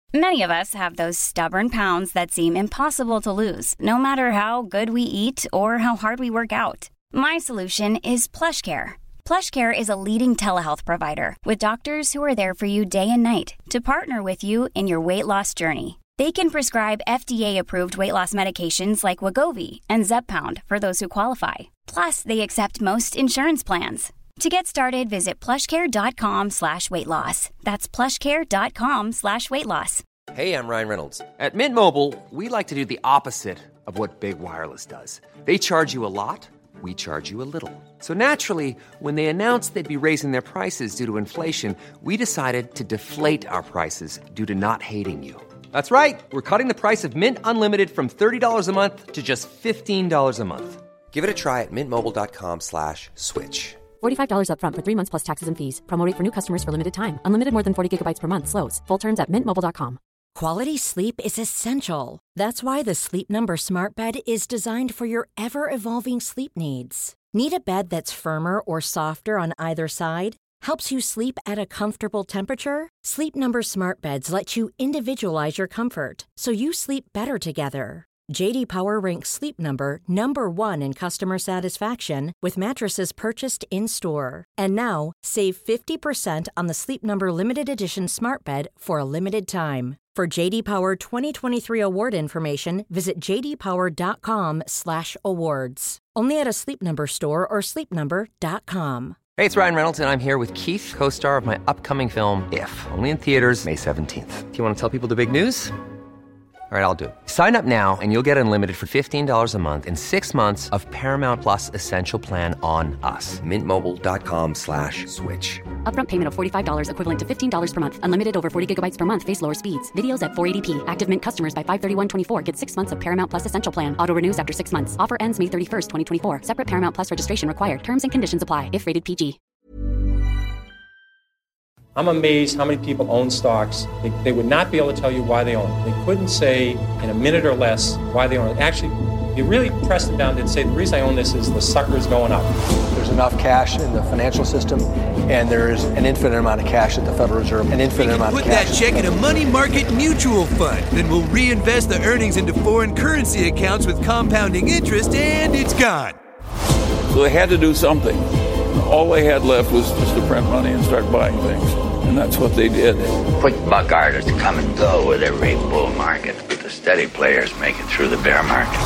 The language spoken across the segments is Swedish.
Many of us have those stubborn pounds that seem impossible to lose, no matter how good we eat or how hard we work out. My solution is PlushCare. PlushCare is a leading telehealth provider with doctors who are there for you day and night to partner with you in your weight loss journey. They can prescribe FDA-approved weight loss medications like Wegovy and Zepbound for those who qualify. Plus, they accept most insurance plans. To get started, visit plushcare.com/weightloss. That's plushcare.com/weightloss. Hey, I'm Ryan Reynolds. At Mint Mobile, we like to do the opposite of what Big Wireless does. They charge you a lot, we charge you a little. So naturally, when they announced they'd be raising their prices due to inflation, we decided to deflate our prices due to not hating you. That's right. We're cutting the price of Mint Unlimited from $30 a month to just $15 a month. Give it a try at mintmobile.com/switch. $45 up front for 3 months plus taxes and fees. Promo rate for new customers for limited time. Unlimited more than 40 gigabytes per month. Slows full terms at mintmobile.com. Quality sleep is essential. That's why the Sleep Number Smart Bed is designed for your ever-evolving sleep needs. Need a bed that's firmer or softer on either side? Helps you sleep at a comfortable temperature? Sleep Number Smart Beds let you individualize your comfort, so you sleep better together. J.D. Power ranks Sleep Number #1 in customer satisfaction with mattresses purchased in-store. And now, save 50% on the Sleep Number Limited Edition Smart Bed for a limited time. For J.D. Power 2023 award information, visit jdpower.com/awards. Only at a Sleep Number store or sleepnumber.com. Hey, it's Ryan Reynolds, and I'm here with Keith, co-star of my upcoming film, If, only in theaters May 17th. Do you want to tell people the big news? All right, I'll do it. Sign up now and you'll get unlimited for $15 a month and 6 months of Paramount Plus Essential Plan on us. mintmobile.com/switch. Upfront payment of $45 equivalent to $15 per month. Unlimited over 40 gigabytes per month. Face lower speeds. Videos at 480p. Active Mint customers by 531.24 get 6 months of Paramount Plus Essential Plan. Auto renews after 6 months. Offer ends May 31st, 2024. Separate Paramount Plus registration required. Terms and conditions apply if rated PG. I'm amazed how many people own stocks. They would not be able to tell you why they own it. They couldn't say in a minute or less why they own it. Actually, you really press them down, they'd say, the reason I own this is the sucker's going up. There's enough cash in the financial system, and there's an infinite amount of cash at the Federal Reserve, an infinite amount of cash. Put that check in a money market mutual fund. Then we'll reinvest the earnings into foreign currency accounts with compounding interest, and it's gone. So they had to do something. All they had left was just to print money and start buying things. And that's what they did. Quick buck artists come and go with every bull market, but the steady players make it through the bear market.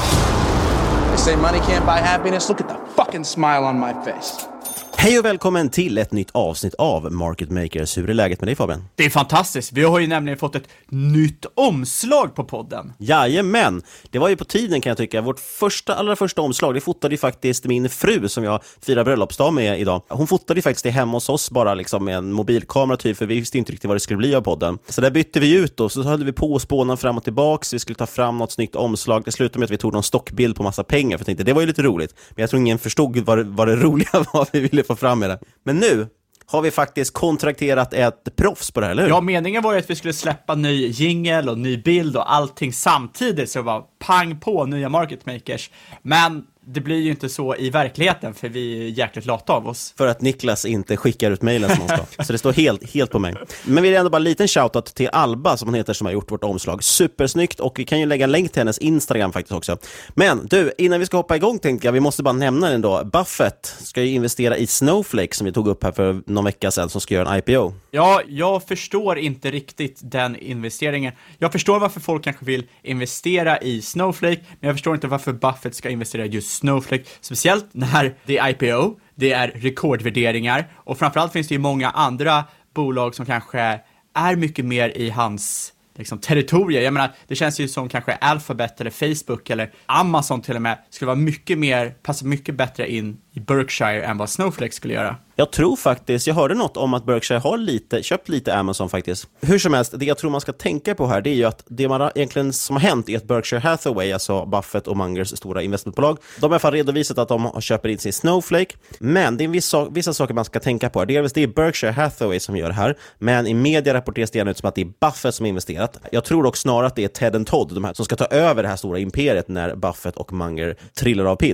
They say money can't buy happiness. Look at the fucking smile on my face. Hej och välkommen till ett nytt avsnitt av Market Makers. Hur är läget med dig, Fabian? Det är fantastiskt. Vi har ju nämligen fått ett nytt omslag på podden. Jajamän, det var ju på tiden kan jag tycka. Vårt allra första omslag, det fotade ju faktiskt min fru som jag firar bröllopsdag med idag. Hon fotade ju faktiskt det hemma hos oss bara liksom med en mobilkamera typ, för vi visste inte riktigt vad det skulle bli av podden. Så där bytte vi ut då, så höll vi på och spåna fram och tillbaks. Vi skulle ta fram något snyggt omslag. Det slutade med att vi tog någon stockbild på massa pengar, för jag tänkte det var ju lite roligt. Men jag tror ingen förstod vad det roliga var vi ville få fram med det. Men nu har vi faktiskt kontrakterat ett proffs på det här, eller hur? Ja, meningen var ju att vi skulle släppa ny jingle och ny bild och allting samtidigt, så det var pang på nya Market Makers. Men det blir ju inte så i verkligheten, för vi är jäkligt lata av oss. För att Niklas inte skickar ut mejlen som han ska. Så det står helt på mig. Men vi vill ändå bara en liten shoutout till Alba som hon heter, som har gjort vårt omslag. Supersnyggt, och vi kan ju lägga en länk till hennes Instagram faktiskt också. Men du, innan vi ska hoppa igång tänkte jag, vi måste bara nämna den då. Buffett ska ju investera i Snowflake som vi tog upp här för någon vecka sedan, som ska göra en IPO. Ja, jag förstår inte riktigt den investeringen. Jag förstår varför folk kanske vill investera i Snowflake, men jag förstår inte varför Buffett ska investera just Snowflake, speciellt när det är IPO, det är rekordvärderingar, och framförallt finns det ju många andra bolag som kanske är mycket mer i hans liksom territorier. Jag menar, det känns ju som kanske Alphabet eller Facebook eller Amazon till och med skulle vara passa mycket bättre in i Berkshire än vad Snowflake skulle göra. Jag tror faktiskt, jag hörde något om att Berkshire har köpt lite Amazon faktiskt. Hur som helst, det jag tror man ska tänka på här, det är ju att det man egentligen som har hänt är att Berkshire Hathaway, alltså Buffett och Mungers stora investmentbolag, de har i alla fall redovisat att de köper in sin Snowflake. Men det är vissa saker man ska tänka på. Det är Berkshire Hathaway som gör det här, men i media rapporteras det ut som att det är Buffett som har investerat. Jag tror dock snarare att det är Ted och Todd, de här som ska ta över det här stora imperiet när Buffett och Munger trillar av pinn.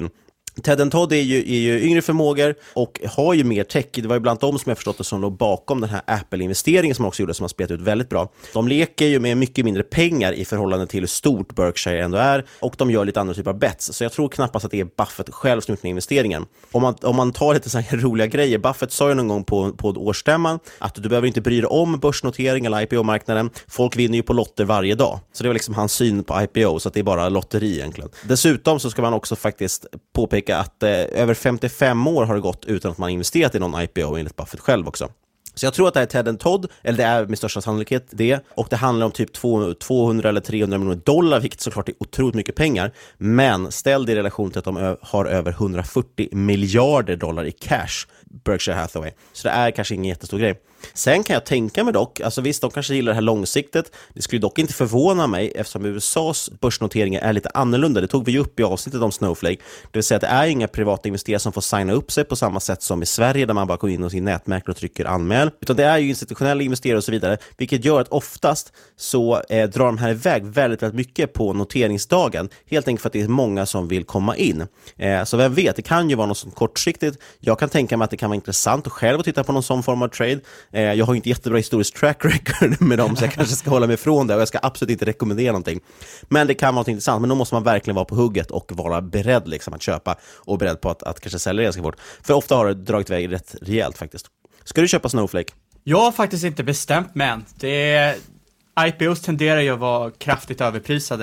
Ted & Todd är ju yngre förmågor och har ju mer tech. Det var ju bland dem som jag förstått det som låg bakom den här Apple-investeringen som också gjorde, som har spelat ut väldigt bra. De leker ju med mycket mindre pengar i förhållande till hur stort Berkshire ändå är, och de gör lite andra typer av bets. Så jag tror knappast att det är Buffett själv som gjort den investeringen. Om man tar lite så här roliga grejer, Buffett sa ju någon gång på årsstämman att du behöver inte bry dig om börsnotering eller IPO-marknaden. Folk vinner ju på lotter varje dag. Så det var liksom hans syn på IPO, så att det är bara lotteri egentligen. Dessutom så ska man också faktiskt påpeka att över 55 år har det gått utan att man investerat i någon IPO enligt Buffett själv också. Så jag tror att det är Ted & Todd, eller det är med största sannolikhet det, och det handlar om typ 200 eller 300 miljoner dollar, vilket såklart är otroligt mycket pengar, men ställ det i relation till att de har över 140 miljarder dollar i cash, Berkshire Hathaway. Så det är kanske ingen jättestor grej. Sen kan jag tänka mig dock, alltså visst, de kanske gillar det här långsiktigt. Det skulle dock inte förvåna mig eftersom USAs börsnoteringar är lite annorlunda. Det tog vi ju upp i avsnittet om Snowflake. Det vill säga att det är inga privata investerare som får signa upp sig på samma sätt som i Sverige där man bara går in och sin nätmäklare och trycker anmäl. Utan det är ju institutionella investerare och så vidare, vilket gör att oftast så drar de här iväg väldigt, väldigt mycket på noteringsdagen. Helt enkelt för att det är många som vill komma in. Så vem vet, det kan ju vara något sånt kortsiktigt. Jag kan tänka mig att det kan vara intressant att själv titta på någon sån form av trade. Jag har inte jättebra historisk track record med dem, så jag kanske ska hålla mig ifrån det, och jag ska absolut inte rekommendera någonting. Men det kan vara något intressant, men då måste man verkligen vara på hugget och vara beredd liksom att köpa och beredd på att kanske sälja det ganska fort. För ofta har det dragit iväg rätt rejält faktiskt. Ska du köpa Snowflake? Jag har faktiskt inte bestämt mig än. IPOs tenderar ju att vara kraftigt överprisade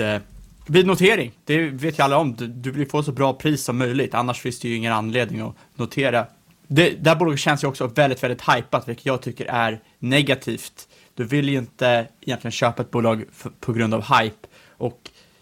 vid notering. Det vet ju alla om. Du vill få så bra pris som möjligt, annars finns det ju ingen anledning att notera. Det där bolaget känns ju också väldigt, väldigt hypat, vilket jag tycker är negativt. Du vill ju inte egentligen köpa ett bolag på grund av hype. Och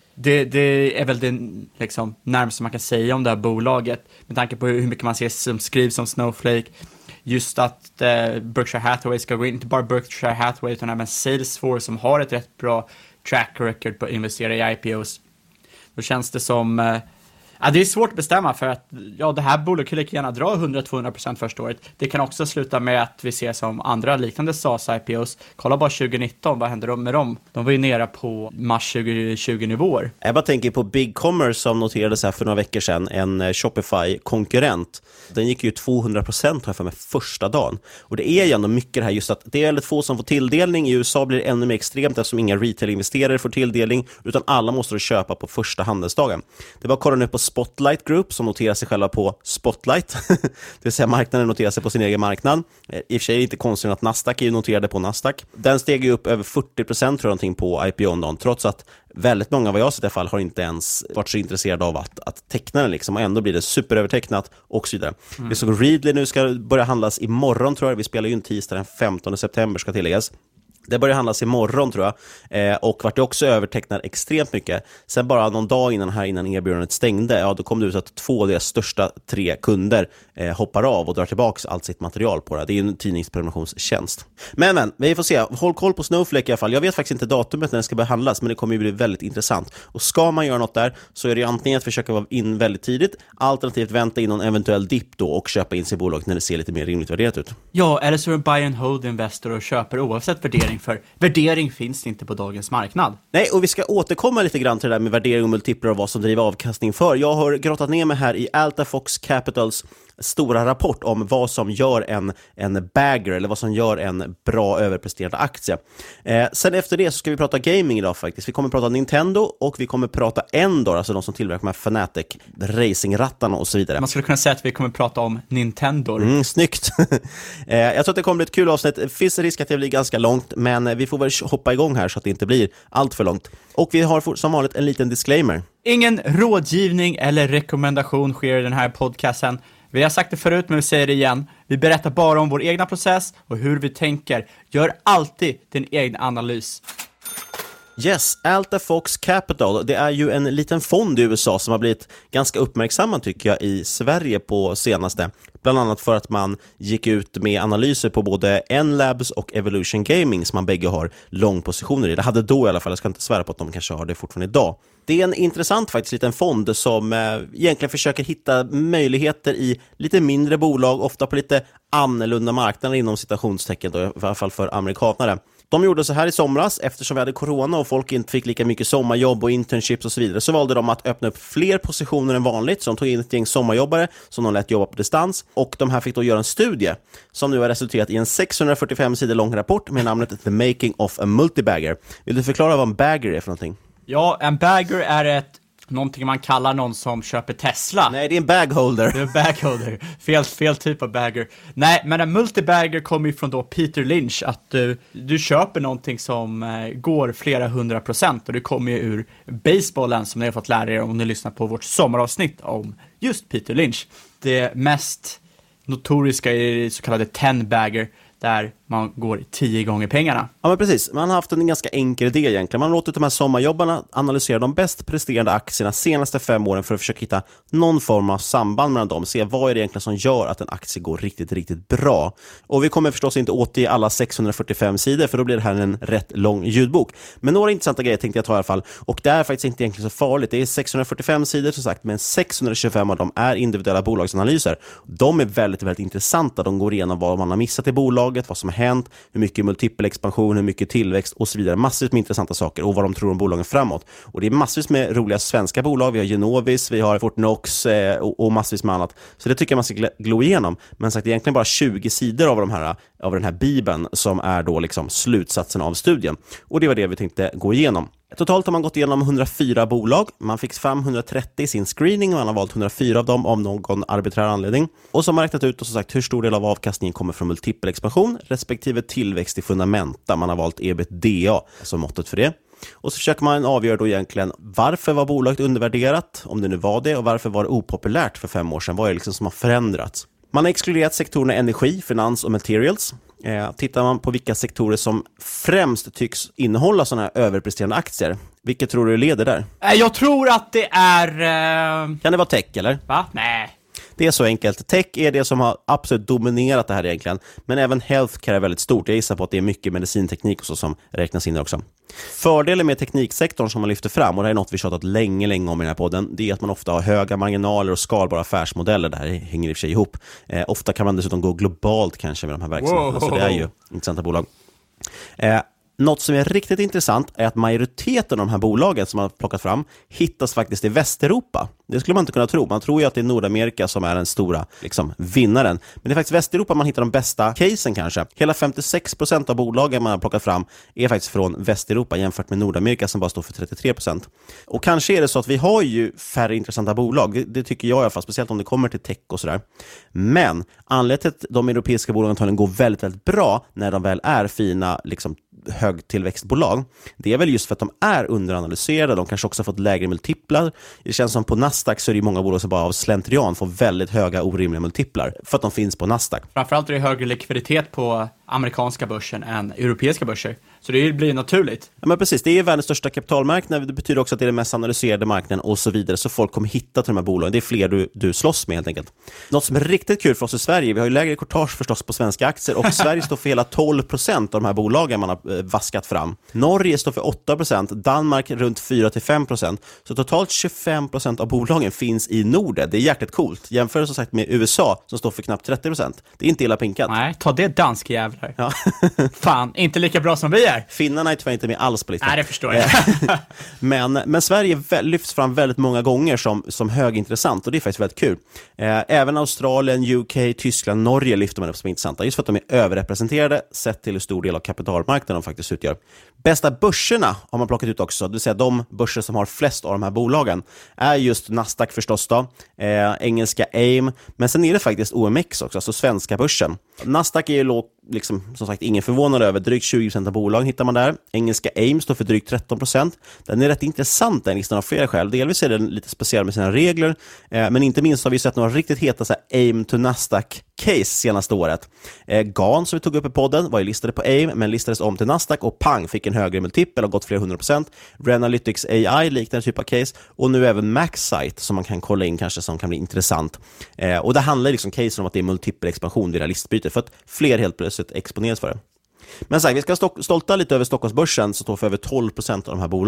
det är väl det liksom närmaste man kan säga om det här bolaget. Med tanke på hur mycket man ser som skrivs om Snowflake. Just att Berkshire Hathaway ska gå in, inte bara Berkshire Hathaway utan även Salesforce som har ett rätt bra track record på att investera i IPOs. Då känns det som... det är svårt att bestämma, för att det här bolaget kan lika gärna dra 100-200% första året. Det kan också sluta med att vi ser som andra liknande SaaS-IPOs. Kolla bara 2019, vad hände med dem? De var ju nere på mars 2020-nivåer. Jag bara tänker på BigCommerce som noterades här för några veckor sedan, en Shopify-konkurrent. Den gick ju 200% här för mig första dagen. Och det är ju ändå mycket det här just att det är väldigt få som får tilldelning. I USA blir det ännu mer extremt eftersom inga retail-investerare får tilldelning, utan alla måste köpa på första handelsdagen. Det var kolla nu på Spotlight Group som noterar sig själva på Spotlight. Det vill säga marknaden noterar sig på sin egen marknad. I och för sig är det inte konstigt att Nasdaq är noterade på Nasdaq. Den steg ju upp över 40% tror jag på IPO-dagen, trots att väldigt många, vad jag sett i alla fall, har inte ens varit så intresserade av att teckna den liksom, och ändå blir det superövertecknat och så vidare. Vi såg Readly nu ska börja handlas imorgon tror jag. Vi spelar ju en tisdag den 15 september ska tilläggas. Det börjar handlas imorgon tror jag, och vart det också övertecknar extremt mycket. Sen bara någon dag innan erbjudandet stängde, då kom det ut att 2 av deras största 3 kunder hoppar av och drar tillbaka allt sitt material på det. Det är ju en tidningsprenumerationstjänst. Men, vi får se. Håll koll på Snowflake i alla fall. Jag vet faktiskt inte datumet när den ska börja handlas, men det kommer ju bli väldigt intressant. Och ska man göra något där så är det ju antingen att försöka vara in väldigt tidigt, alternativt vänta in någon eventuell dipp då och köpa in sig i bolaget när det ser lite mer rimligt värderat ut. Ja, eller så är det buy and hold investor och köper oavsett värdering, för värdering finns inte på dagens marknad. Nej, och vi ska återkomma lite grann till det där med värdering och multiplar och vad som driver avkastning för. Jag har grottat ner mig här i Altafox Capitals stora rapport om vad som gör en bagger, eller vad som gör en bra överpresterande aktie. Sen efter det så ska vi prata gaming idag faktiskt. Vi kommer prata Nintendo och vi kommer prata Endor, alltså de som tillverkar med Fnatic racingrattarna och så vidare. Man skulle kunna säga att vi kommer prata om Nintendo. Snyggt. Jag tror att det kommer bli ett kul avsnitt. Det finns en risk att det blir ganska långt, men vi får väl hoppa igång här så att det inte blir allt för långt. Och vi har som vanligt en liten disclaimer. Ingen rådgivning eller rekommendation sker i den här podcasten. Vi har sagt det förut, men vi säger det igen. Vi berättar bara om vår egna process och hur vi tänker. Gör alltid din egen analys. Yes, Altafox Capital, det är ju en liten fond i USA som har blivit ganska uppmärksammad tycker jag i Sverige på senaste. Bland annat för att man gick ut med analyser på både N-Labs och Evolution Gaming som man bägge har långpositioner i. Det hade då i alla fall, jag ska inte svära på att de kanske har det fortfarande idag. Det är en intressant faktiskt liten fond som egentligen försöker hitta möjligheter i lite mindre bolag, ofta på lite annorlunda marknader inom citationstecken då, i alla fall för amerikanare. De gjorde så här i somras, eftersom vi hade corona och folk inte fick lika mycket sommarjobb och internships och så vidare, så valde de att öppna upp fler positioner än vanligt. Så de tog in ett gäng sommarjobbare som de lät jobba på distans, och de här fick då göra en studie som nu har resulterat i en 645 sidor lång rapport med namnet The Making of a Multibagger. Vill du förklara vad en bagger är för någonting? Ja, en bagger är någonting man kallar någon som köper Tesla. Nej, det är en bagholder. Det är en bagholder. Fel typ av bagger. Nej, men en multibagger kommer ju från då Peter Lynch, att du köper någonting som går flera 100%, och det kommer ju ur basebollen, som ni har fått lära er om ni lyssnar på vårt sommaravsnitt om just Peter Lynch. Det mest notoriska är så kallade 10-bagger, där man går 10 gånger pengarna. Ja, men precis. Man har haft en ganska enkel idé egentligen. Man har låtit de här sommarjobbarna analysera de bäst presterande aktierna senaste 5 åren för att försöka hitta någon form av samband mellan dem. Se vad är det egentligen som gör att en aktie går riktigt, riktigt bra. Och vi kommer förstås inte återge alla 645 sidor, för då blir det här en rätt lång ljudbok. Men några intressanta grejer tänkte jag ta i alla fall. Och det är faktiskt inte egentligen så farligt. Det är 645 sidor som sagt, men 625 av dem är individuella bolagsanalyser. De är väldigt, väldigt intressanta. De går igenom vad man har missat i bolaget, vad som har hänt, hur mycket multipelexpansion, hur mycket tillväxt och så vidare. Massvis med intressanta saker och vad de tror om bolagen framåt. Och det är massvis med roliga svenska bolag. Vi har Genovis, vi har Fortnox och massvis med annat. Så det tycker jag man ska glo igenom. Men sagt, det är egentligen bara 20 sidor av den här bibeln som är då liksom slutsatsen av studien. Och det var det vi tänkte gå igenom. Totalt har man gått igenom 104 bolag. Man fick fram 130 i sin screening och man har valt 104 av dem av någon arbiträr anledning. Och så har man räknat ut och så sagt hur stor del av avkastningen kommer från multipelexpansion respektive tillväxt i fundamenta. Man har valt EBITDA som måttet för det. Och så försöker man avgöra då egentligen varför var bolaget undervärderat, om det nu var det, och varför var det opopulärt för 5 år sedan. Vad är det liksom som har förändrats? Man har exkluderat sektorerna energi, finans och materials. Tittar man på vilka sektorer som främst tycks innehålla sådana här överpresterande aktier, vilket tror du leder där? Jag tror att det är... Kan det vara tech eller? Va? Nej. Det är så enkelt. Tech är det som har absolut dominerat det här egentligen. Men även healthcare är väldigt stort. Jag gissar på att det är mycket medicinteknik och så som räknas in också. Fördelen med tekniksektorn som man lyfter fram, och det är något vi tjatat länge om i den här podden, det är att man ofta har höga marginaler och skalbara affärsmodeller. Det här hänger i och för sig ihop. Ofta kan man dessutom gå globalt kanske med de här verksamheterna. Så det är ju intressanta bolag. Något som är riktigt intressant är att majoriteten av de här bolagen som man har plockat fram hittas faktiskt i Västeuropa. Det skulle man inte kunna tro. Man tror ju att det är Nordamerika som är den stora vinnaren. Men det är faktiskt Västeuropa man hittar de bästa casen kanske. Hela 56% av bolagen man har plockat fram är faktiskt från Västeuropa jämfört med Nordamerika som bara står för 33%. Och kanske är det så att vi har ju färre intressanta bolag. Det tycker jag i alla fall, speciellt om det kommer till tech och sådär. Men anledningen till att de europeiska bolagen går väldigt, väldigt bra när de väl är fina högtillväxtbolag, det är väl just för att de är underanalyserade. De kanske också har fått lägre multiplar. Det känns som på Nasdaq så är det många bolag som bara av slentrian får väldigt höga orimliga multiplar för att de finns på Nasdaq. Framförallt är det högre likviditet på amerikanska börsen än europeiska börser. Så det blir naturligt. Ja, men precis, det är världens största kapitalmarknad. Det betyder också att det är den mest analyserade marknaden och så vidare. Så folk kommer hitta till de här bolagen. Det är fler du slåss med helt enkelt. Något som är riktigt kul för oss i Sverige, vi har ju lägre courtage förstås på svenska aktier, och Sverige står för hela 12% av de här bolagen man har vaskat fram. Norge står för 8%, Danmark runt 4-5%. Så totalt 25% av bolagen finns i Norden. Det är jäkligt coolt. Jämför som sagt med USA som står för knappt 30%. Det är inte illa pinkat. Nej, ta det danska jävlar. Ja. Fan, inte lika bra som vi är. Finnarna är tyvärr inte med alls på listan. Nej, det förstår jag. men Sverige lyfts fram väldigt många gånger som högintressant, och det är faktiskt väldigt kul. Även Australien, UK, Tyskland, Norge lyfter man upp som intressanta, just för att de är överrepresenterade sett till hur stor del av kapitalmarknaden de faktiskt utgör. Bästa börserna har man plockat ut också, det vill säga de börser som har flest av de här bolagen är just Nasdaq förstås då, engelska AIM, men sen är det faktiskt OMX också, alltså svenska börsen. Nasdaq är ju som sagt ingen förvånad över, drygt 20% av bolagen hittar man där. Engelska AIM står för drygt 13%. Den är rätt intressant, den listan av flera skäl. Delvis är den lite speciell med sina regler, men inte minst har vi sett några riktigt heta AIM to Nasdaq case senaste året. GAN som vi tog upp i podden var ju listade på AIM men listades om till Nasdaq och pang fick en högre multipel och gått flera 100%. Renalytics AI liknande typ av case, och nu även Maxite som man kan kolla in kanske som kan bli intressant. Och det handlar case om att det är multipelexpansion vid det här listbytet för att fler helt plötsligt exponeras för det. Men så här, vi ska stolta lite över Stockholmsbörsen som står för över 12% av de här bolagen.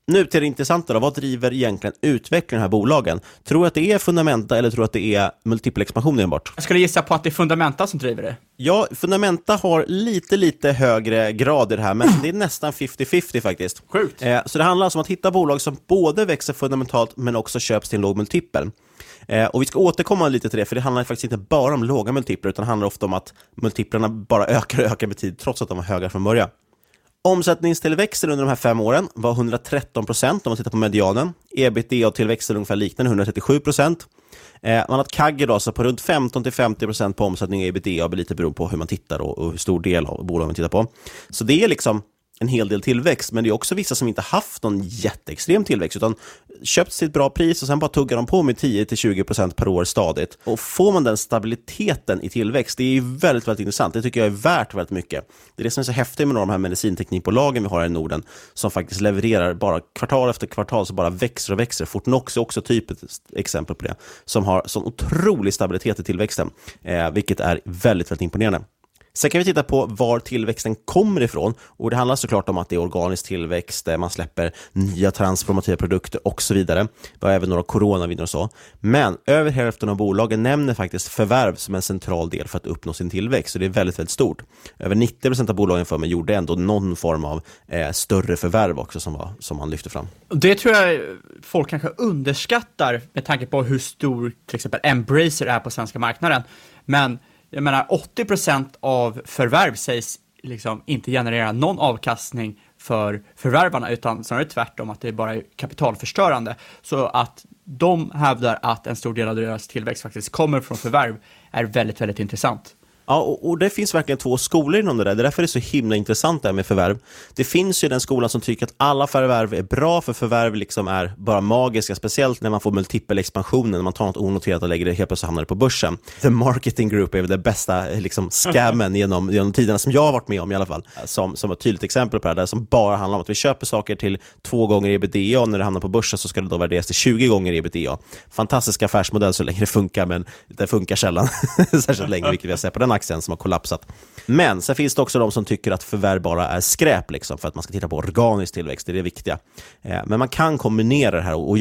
Nu till det intressanta då, vad driver egentligen utvecklingen av de här bolagen? Tror du att det är Fundamenta eller tror du att det är multipelexpansion enbart? Jag skulle gissa på att det är Fundamenta som driver det. Ja, Fundamenta har lite högre grad i det här, men det är nästan 50-50 faktiskt. Sjukt. Så det handlar alltså om att hitta bolag som både växer fundamentalt men också köps till en låg multipel. Och vi ska återkomma lite till det, för det handlar faktiskt inte bara om låga multiplar, utan det handlar ofta om att multiplarna bara ökar med tid trots att de var höga från början. Omsättningstillväxten under de här 5 åren var 113% om man tittar på medianen. EBITDA-tillväxten ungefär liknande 137%. Man har ett CAGR då, så på runt 15-50% på omsättning och EBITDA, lite beroende på hur man tittar och hur stor del av bolagen man tittar på. Så det är liksom en hel del tillväxt, men det är också vissa som inte haft någon jätteextrem tillväxt utan köpt sitt bra pris och sen bara tuggar de på med 10-20% per år stadigt. Och får man den stabiliteten i tillväxt, det är ju väldigt, väldigt intressant. Det tycker jag är värt väldigt mycket. Det är det som är så häftigt med de här medicinteknikbolagen vi har här i Norden, som faktiskt levererar bara kvartal efter kvartal, så bara växer och växer. Fortnox är också typ ett exempel på det, som har sån otrolig stabilitet i tillväxten, vilket är väldigt, väldigt imponerande. Sen kan vi titta på var tillväxten kommer ifrån, och det handlar såklart om att det är organisk tillväxt, man släpper nya transformativa produkter och så vidare. Vi har även några coronavinnor och så. Men över hälften av bolagen nämner faktiskt förvärv som en central del för att uppnå sin tillväxt, så det är väldigt, väldigt stort. Över 90% av bolagen för mig gjorde ändå någon form av större förvärv också som man lyfter fram. Det tror jag folk kanske underskattar med tanke på hur stor till exempel Embracer är på svenska marknaden. Men jag menar, 80% av förvärv sägs liksom inte generera någon avkastning för förvärvarna, utan snarare tvärtom att det bara är kapitalförstörande. Så att de hävdar att en stor del av deras tillväxt faktiskt kommer från förvärv är väldigt, väldigt intressant. Ja, och det finns verkligen 2 skolor inom det där. Det är därför det är så himla intressant där med förvärv. Det finns ju den skolan som tycker att alla förvärv är bra, för förvärv liksom är bara magiska, speciellt när man får multipelexpansionen, när man tar något onoterat och lägger det helt plötsligt hamnar det på börsen. The Marketing Group är väl det bästa liksom scammen genom tiderna som jag har varit med om i alla fall. Som ett tydligt exempel på det där, som bara handlar om att vi köper saker till 2 gånger EBITDA, och när det hamnar på börsen så ska det då värderas till 20 gånger EBITDA. Fantastisk affärsmodell så länge det funkar, men det funkar sällan särskilt länge, vilket vi har sett på den aktien som har kollapsat. Men sen finns det också de som tycker att förvärv bara är skräp liksom, för att man ska titta på organisk tillväxt, det är det viktiga. Men man kan kombinera det här, och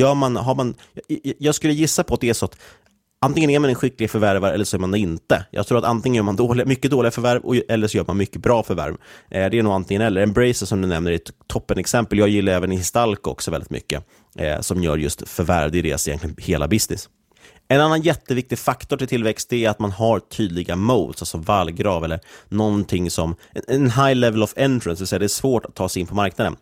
jag skulle gissa på att det är så att antingen är man en skicklig förvärvare eller så är man det inte. Jag tror att antingen gör man mycket dåliga förvärv eller så gör man mycket bra förvärv. Det är nog antingen eller. Embracer som du nämner är ett toppenexempel. Jag gillar även Histalco också väldigt mycket, som gör just förvärv. Det är deras egentligen hela business. En annan jätteviktig faktor till tillväxt är att man har tydliga modes, alltså vallgrav eller någonting som en high level of entrance, det vill säga det är svårt att ta sig in på marknaden.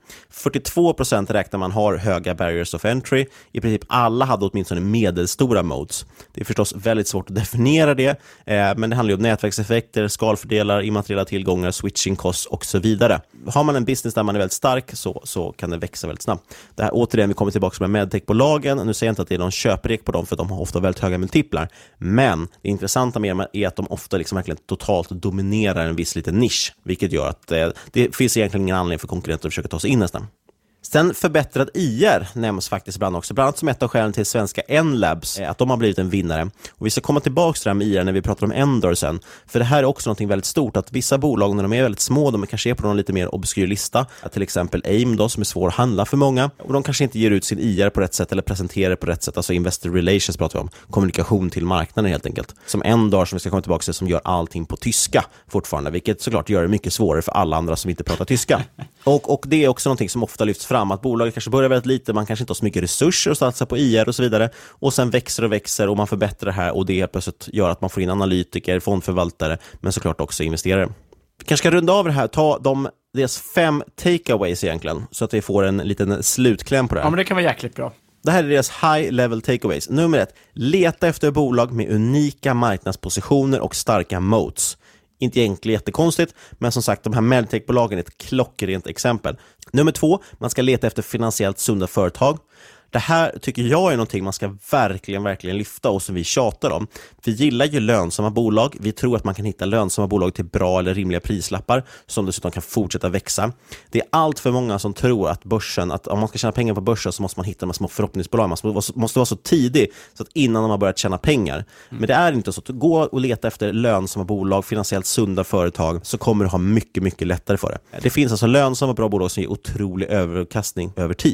42% räknar man har höga barriers of entry. I princip alla hade åtminstone medelstora modes. Det är förstås väldigt svårt att definiera det, men det handlar ju om nätverkseffekter, skalfördelar, immateriella tillgångar, switching costs och så vidare. Har man en business där man är väldigt stark så kan det växa väldigt snabbt. Det här, återigen, vi kommer tillbaka med medtechbolagen. Nu säger jag inte att det är någon köprek på dem, för de har ofta väldigt höga multiplar, men det intressanta med dem är att de ofta liksom verkligen totalt dominerar en viss liten nisch, vilket gör att det finns egentligen ingen anledning för konkurrenter att försöka ta sig in nästan. Sen förbättrad IR nämns faktiskt ibland också, bland annat som ett av skälen till svenska N-Labs, att de har blivit en vinnare. Och vi ska komma tillbaka till det här med IR när vi pratar om Endor sen, för det här är också något väldigt stort, att vissa bolag när de är väldigt små, de kanske är på någon lite mer obskyr lista, till exempel AIM då, som är svår att handla för många, och de kanske inte ger ut sin IR på rätt sätt eller presenterar på rätt sätt, alltså investor relations pratar vi om, kommunikation till marknaden helt enkelt. Som Endor som vi ska komma tillbaka till, som gör allting på tyska fortfarande, vilket såklart gör det mycket svårare för alla andra som inte pratar tyska. Och det är också någonting som ofta lyfts fram, att bolaget kanske börjar väldigt lite, man kanske inte har så mycket resurser att satsa på IR och så vidare, och sen växer och man förbättrar det här, och det helt plötsligt gör att man får in analytiker, fondförvaltare, men såklart också investerare. Vi kanske ska runda av det här, ta deras 5 takeaways egentligen, så att vi får en liten slutkläm på det här. Ja, men det kan vara jäkligt bra. Det här är deras high level takeaways. Nummer 1, leta efter bolag med unika marknadspositioner och starka moats. Inte egentligen jättekonstigt, men som sagt, de här medtechbolagen är ett klockrent exempel. Nummer 2, man ska leta efter finansiellt sunda företag. Det här tycker jag är någonting man ska verkligen lyfta, och som vi tjatar om. Vi gillar ju lönsamma bolag. Vi tror att man kan hitta lönsamma bolag till bra eller rimliga prislappar som dessutom kan fortsätta växa. Det är allt för många som tror att börsen, att om man ska tjäna pengar på börsen så måste man hitta de små förhoppningsbolag. Man måste vara så tidig så att innan de har börjat tjäna pengar. Men det är inte så. Gå och leta efter lönsamma bolag, finansiellt sunda företag, så kommer du ha mycket lättare för det. Det finns alltså lönsamma bra bolag som ger otrolig överkastning över tid.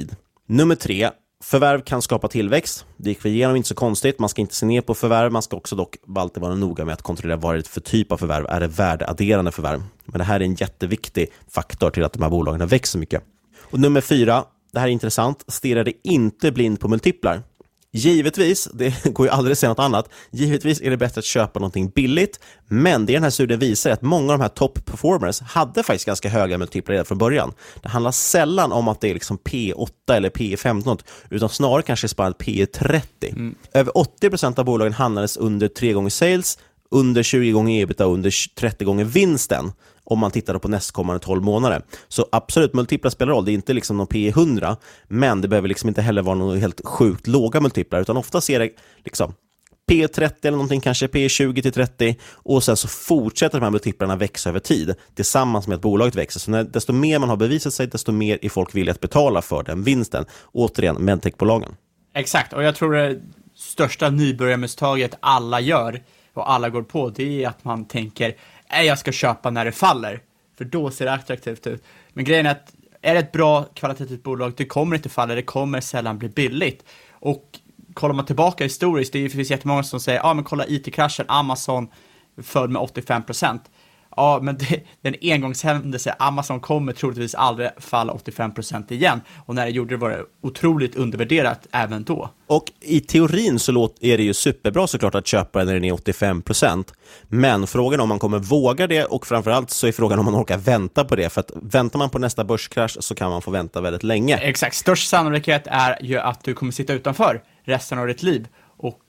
Nummer 3. Förvärv kan skapa tillväxt. Det gick vi igenom, inte så konstigt. Man ska inte se ner på förvärv. Man ska också dock alltid vara noga med att kontrollera vad det är för typ av förvärv. Är det värdeadderande förvärv? Men det här är en jätteviktig faktor till att de här bolagen växer mycket. Och nummer 4. Det här är intressant. Stirrar det inte blind på multiplar? Givetvis, det går ju aldrig att säga något annat. Givetvis är det bättre att köpa någonting billigt. Men det den här studien visar är att många av de här top performers hade faktiskt ganska höga multiplar redan från början. Det handlar sällan om att det är liksom P8 eller P15, utan snarare kanske sparat P30. Över 80% av bolagen handlades under 3 gånger sales, under 20 gånger ebitda och under 30 gånger vinsten. Om man tittar på nästkommande 12 månader. Så absolut, multiplar spelar roll. Det är inte liksom någon P100, men det behöver liksom inte heller vara någon helt sjukt låga multiplar, utan ofta ser det liksom P30 eller någonting, kanske P20 till 30, och sen så fortsätter de här multiplarna växa över tid tillsammans med att bolaget växer. Så desto mer man har bevisat sig, desto mer är folk villiga att betala för den vinsten. Återigen, medtechbolagen. Exakt, och jag tror det största nybörjarmisstaget alla gör och alla går på, det är att man tänker jag ska köpa när det faller, för då ser det attraktivt ut. Men grejen är att är det ett bra kvalitativt bolag, det kommer inte falla, det kommer sällan bli billigt. Och kollar man tillbaka historiskt, det finns jättemånga som säger men kolla IT-kraschen, Amazon föll med 85%. Ja, men det är en engångshändelse. Amazon kommer troligtvis aldrig falla 85% igen. Och när det gjorde det var det otroligt undervärderat även då. Och i teorin så är det ju superbra såklart att köpa när den är 85%. Men frågan om man kommer våga det, och framförallt så är frågan om man orkar vänta på det. För att väntar man på nästa börskrasch så kan man få vänta väldigt länge. Exakt, störst sannolikhet är ju att du kommer sitta utanför resten av ditt liv och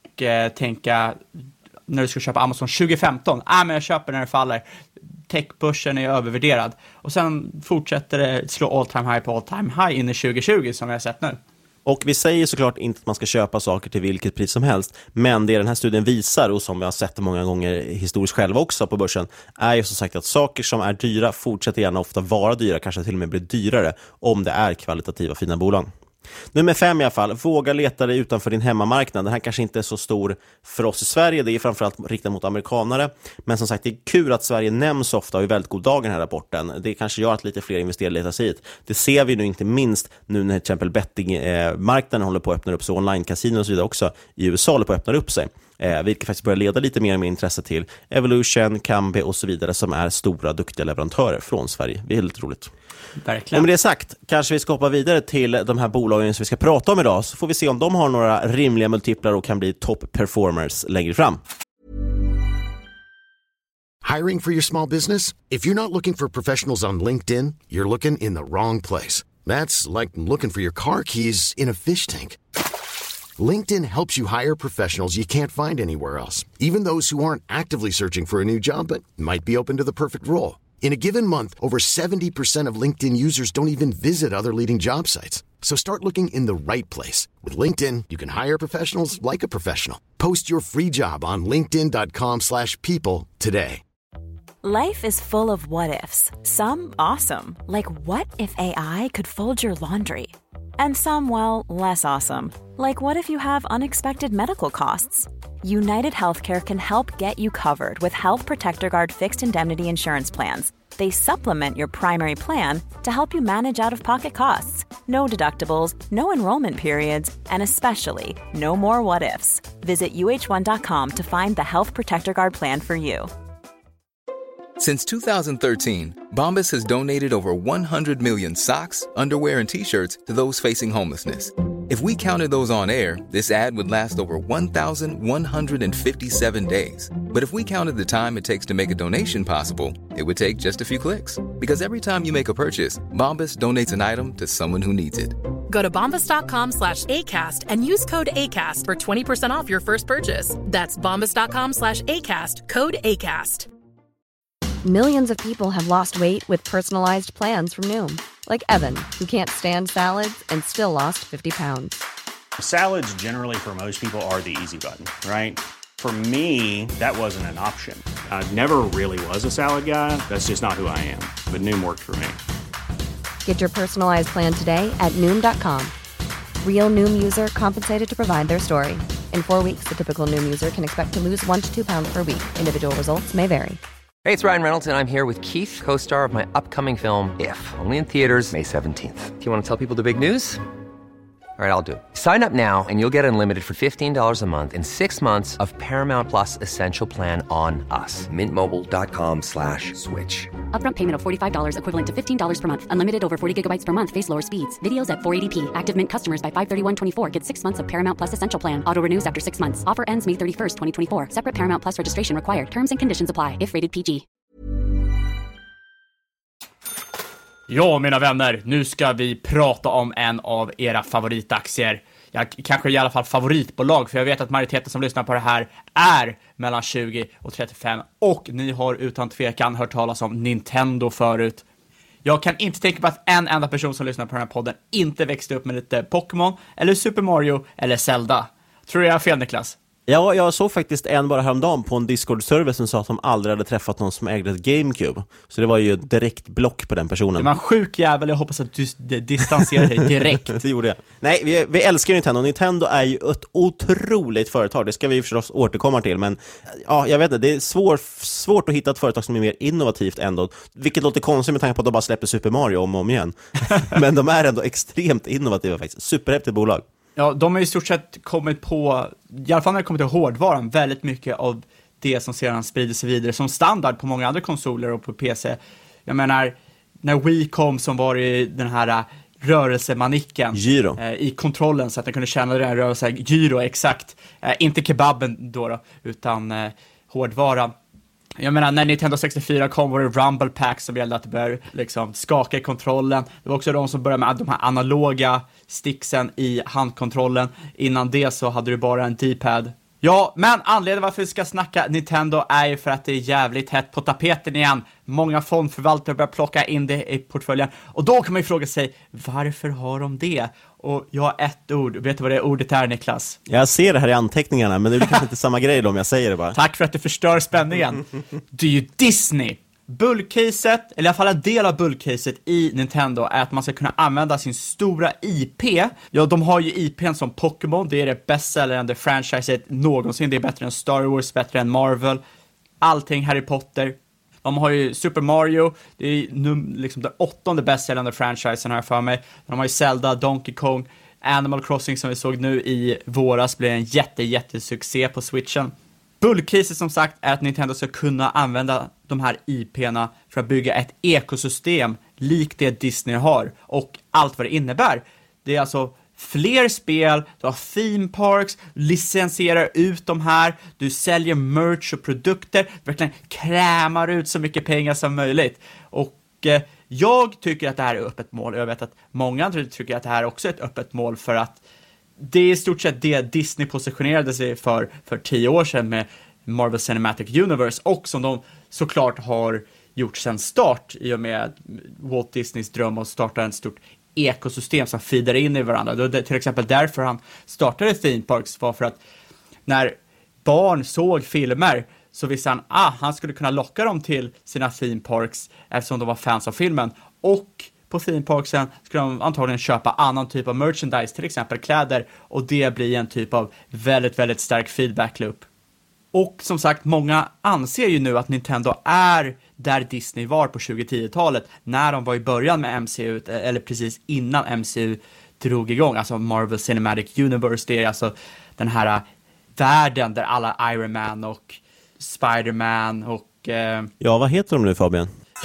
tänka när du ska köpa Amazon 2015, men jag köper när det faller. Techbörsen är övervärderad. Och sen fortsätter det slå all time high på all time high in i 2020 som vi har sett nu. Och vi säger såklart inte att man ska köpa saker till vilket pris som helst, men det den här studien visar, och som vi har sett många gånger historiskt själva också på börsen, är ju som sagt att saker som är dyra fortsätter gärna ofta vara dyra, kanske till och med blir dyrare om det är kvalitativa fina bolag. Nummer 5 i alla fall, våga leta dig utanför din hemmamarknad. Den här kanske inte är så stor för oss i Sverige, det är framförallt riktat mot amerikanare. Men som sagt, det är kul att Sverige nämns ofta och är väldigt god dag i den här rapporten. Det kanske gör att lite fler investerare letar sig hit. Det ser vi nu inte minst nu när till exempel bettingmarknaden håller på att öppna upp sig, online-casino och så vidare också i USA håller på att öppna upp sig. Vilket faktiskt börjar leda lite mer och mer intresse till Evolution, Kambi och så vidare, som är stora, duktiga leverantörer från Sverige. Det är helt roligt. Verkligen. Och med det sagt, kanske vi ska hoppa vidare till de här bolagen som vi ska prata om idag, så får vi se om de har några rimliga multiplar och kan bli top performers längre fram. Hiring for your small business? If you're not looking for professionals on LinkedIn, you're looking in the wrong place. That's like looking for your car keys in a fish tank. LinkedIn helps you hire professionals you can't find anywhere else, even those who aren't actively searching for a new job but might be open to the perfect role. In a given month, over 70% of LinkedIn users don't even visit other leading job sites. So start looking in the right place. With LinkedIn, you can hire professionals like a professional. Post your free job on linkedin.com/people today. Life is full of what-ifs. Some awesome, like what if AI could fold your laundry? And some, well, less awesome, like what if you have unexpected medical costs? United Healthcare can help get you covered with Health Protector Guard fixed indemnity insurance plans. They supplement your primary plan to help you manage out-of-pocket costs. No deductibles, no enrollment periods, and especially no more what-ifs. Visit uh1.com to find the Health Protector Guard plan for you. Since 2013, Bombas has donated over 100 million socks, underwear, and T-shirts to those facing homelessness. If we counted those on air, this ad would last over 1,157 days. But if we counted the time it takes to make a donation possible, it would take just a few clicks. Because every time you make a purchase, Bombas donates an item to someone who needs it. Go to bombas.com/ACAST and use code ACAST for 20% off your first purchase. That's bombas.com/ACAST, code ACAST. Millions of people have lost weight with personalized plans from Noom. Like Evan, who can't stand salads and still lost 50 pounds. Salads generally for most people are the easy button, right? For me, that wasn't an option. I never really was a salad guy. That's just not who I am. But Noom worked for me. Get your personalized plan today at Noom.com. Real Noom user compensated to provide their story. In 4 weeks, the typical Noom user can expect to lose 1 to 2 pounds per week. Individual results may vary. Hey, it's Ryan Reynolds, and I'm here with Keith, co-star of my upcoming film, If, only in theaters May 17th. Do you want to tell people the big news? All right, I'll do it. Sign up now and you'll get unlimited for $15 a month and 6 months of Paramount Plus Essential Plan on us. MintMobile.com/switch. Upfront payment of $45 equivalent to $15 per month. Unlimited over 40 gigabytes per month. Face lower speeds. Videos at 480p. Active Mint customers by 531.24 get 6 months of Paramount Plus Essential Plan. Auto renews after 6 months. Offer ends May 31st, 2024. Separate Paramount Plus registration required. Terms and conditions apply if rated PG. Ja, mina vänner, nu ska vi prata om en av era favoritaktier. Kanske i alla fall favoritbolag, för jag vet att majoriteten som lyssnar på det här är mellan 20 och 35. Och ni har utan tvekan hört talas om Nintendo förut. Jag kan inte tänka på att en enda person som lyssnar på den här podden inte växte upp med lite Pokémon, eller Super Mario, eller Zelda. Tror du jag har fel, Niklas? Ja, jag såg faktiskt en bara häromdagen på en Discord-server som sa att de aldrig hade träffat någon som ägde ett GameCube. Så det var ju direkt block på den personen. Det var en sjuk jävel, jag hoppas att du distanserar dig direkt. Det gjorde jag. Nej, vi älskar Nintendo. Nintendo är ju ett otroligt företag. Det ska vi förstås återkomma till. Men ja, jag vet inte, det är svårt att hitta ett företag som är mer innovativt ändå. Vilket låter konstigt med tanke på att de bara släpper Super Mario om och om igen. Men de är ändå extremt innovativa faktiskt. Superhäftigt bolag. Ja, de har i stort sett kommit på, i alla fall när det kommer till hårdvaran, väldigt mycket av det som sedan sprider sig vidare som standard på många andra konsoler och på PC. Jag menar, när Wii kom som var i den här rörelsemanicken i kontrollen så att den kunde känna den rörelsen, gyro, exakt. Inte kebaben då, utan hårdvaran. Jag menar, när Nintendo 64 kom var det Rumble Pack som gällde att det började liksom skaka i kontrollen. Det var också de som började med de här analoga sticksen i handkontrollen. Innan det så hade du bara en D-pad. Ja, men anledningen varför vi ska snacka Nintendo är ju för att det är jävligt hett på tapeten igen. Många fondförvaltare börjar plocka in det i portföljen. Och då kan man ju fråga sig, varför har de det? Och jag har ett ord. Vet du vad det ordet är, Niklas? Jag ser det här i anteckningarna, men det är kanske inte samma grej då om jag säger det bara. Tack för att du förstör spänningen. Det är ju Disney. Bullcaset, eller i alla fall en del av bullcaset i Nintendo är att man ska kunna använda sin stora IP. Ja, de har ju IPn som Pokémon, det är det bästsäljande franchiset någonsin. Det är bättre än Star Wars, bättre än Marvel. Allting Harry Potter. De har ju Super Mario, det är liksom den 8:e bästsäljande franchisen här för mig. De har ju Zelda, Donkey Kong, Animal Crossing som vi såg nu i våras blev en jättesuccé på Switchen. Bullcaset som sagt är att Nintendo ska kunna använda de här IP:na för att bygga ett ekosystem likt det Disney har och allt vad det innebär. Det är alltså fler spel, du har theme parks, licensierar ut de här, du säljer merch och produkter, verkligen krämar ut så mycket pengar som möjligt. Och jag tycker att det här är öppet mål. Jag vet att många andra tycker att det här också är ett öppet mål för att det är i stort sett det Disney positionerade sig för 10 år sedan med Marvel Cinematic Universe och som de såklart har gjort sedan start i och med Walt Disneys dröm att starta en stort ekosystem som feedar in i varandra. Det är till exempel därför han startade Theme Parks, var för att när barn såg filmer så visste han skulle kunna locka dem till sina Theme Parks eftersom de var fans av filmen. Och på Theme Parksen skulle de antagligen köpa annan typ av merchandise, till exempel kläder, och det blir en typ av väldigt stark feedback loop. Och som sagt, många anser ju nu att Nintendo är där Disney var på 2010-talet när de var i början med MCU, eller precis innan MCU drog igång, alltså Marvel Cinematic Universe. Det är alltså den här världen där alla Iron Man och Spider-Man och... Ja, vad heter de nu, Fabian?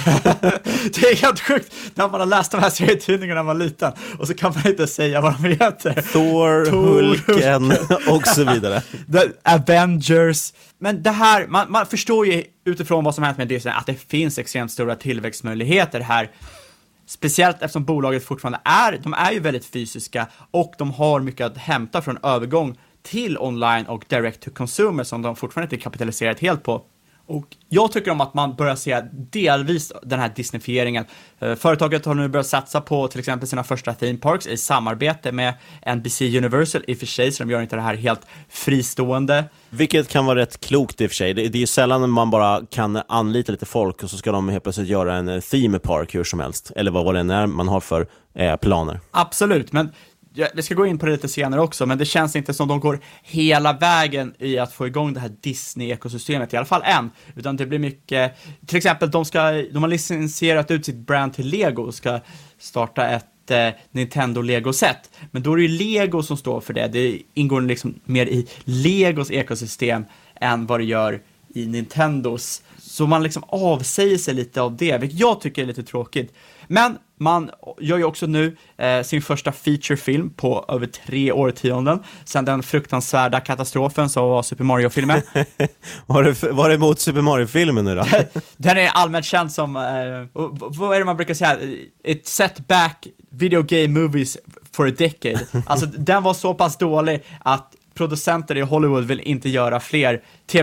Det är helt sjukt när man har läst de här serietidningarna när man var liten och så kan man inte säga vad de heter. Thor, Hulken och så vidare. The Avengers. Men det här, man förstår ju utifrån vad som hänt med Disney att det finns extremt stora tillväxtmöjligheter här. Speciellt eftersom bolaget fortfarande är ju väldigt fysiska och de har mycket att hämta från övergång till online och direct to consumer som de fortfarande inte kapitaliserat helt på. Och jag tycker om att man börjar se delvis den här Disneyfieringen. Företaget har nu börjat satsa på till exempel sina första theme parks i samarbete med NBC Universal i och för sig, så de gör inte det här helt fristående. Vilket kan vara rätt klokt i och för sig. Det är ju sällan man bara kan anlita lite folk och så ska de helt plötsligt göra en theme park hur som helst. Eller vad det är man har för planer. Absolut, men vi ska gå in på det lite senare också, men det känns inte som de går hela vägen i att få igång det här Disney-ekosystemet, i alla fall än. Utan det blir mycket, till exempel de har licensierat ut sitt brand till Lego och ska starta ett Nintendo Lego-set. Men då är det ju Lego som står för det. Det ingår liksom mer i Legos ekosystem än vad det gör i Nintendos. Så man liksom avsäger sig lite av det, vilket jag tycker är lite tråkigt. Men man gör ju också nu sin första featurefilm på över 3 årtionden sedan den fruktansvärda katastrofen som var Super Mario-filmen. Var det mot Super Mario-filmen nu då? Den är allmänt känd som, vad är det man brukar säga? It set back video game movies for a decade. Alltså den var så pass dålig att producenter i Hollywood vill inte göra fler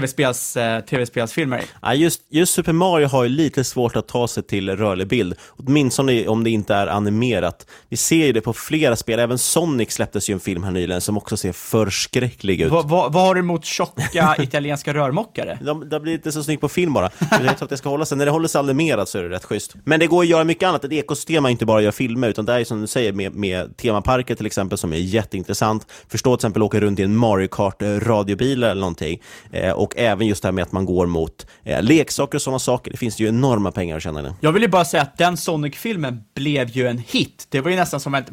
tv-spelsfilmer. Ja, just Super Mario har ju lite svårt att ta sig till rörlig bild. Åtminstone om det inte är animerat. Vi ser ju det på flera spel. Även Sonic släpptes ju en film här nyligen som också ser förskräcklig ut. Vad har du emot tjocka italienska rörmockare? Det blir inte så snyggt på film bara. Jag tror att det ska hålla sig. När det håller sig animerat så är det rätt schysst. Men det går att göra mycket annat. Ett ekosystem är inte bara att göra filmer, utan det är som du säger med temaparker till exempel som är jätteintressant. Förstå till exempel åka runt i en Mario Kart radiobil eller någonting. Och även just det här med att man går mot leksaker och sådana saker. Det finns ju enorma pengar att tjäna nu. Jag vill ju bara säga att den Sonic-filmen blev ju en hit. Det var ju nästan som ett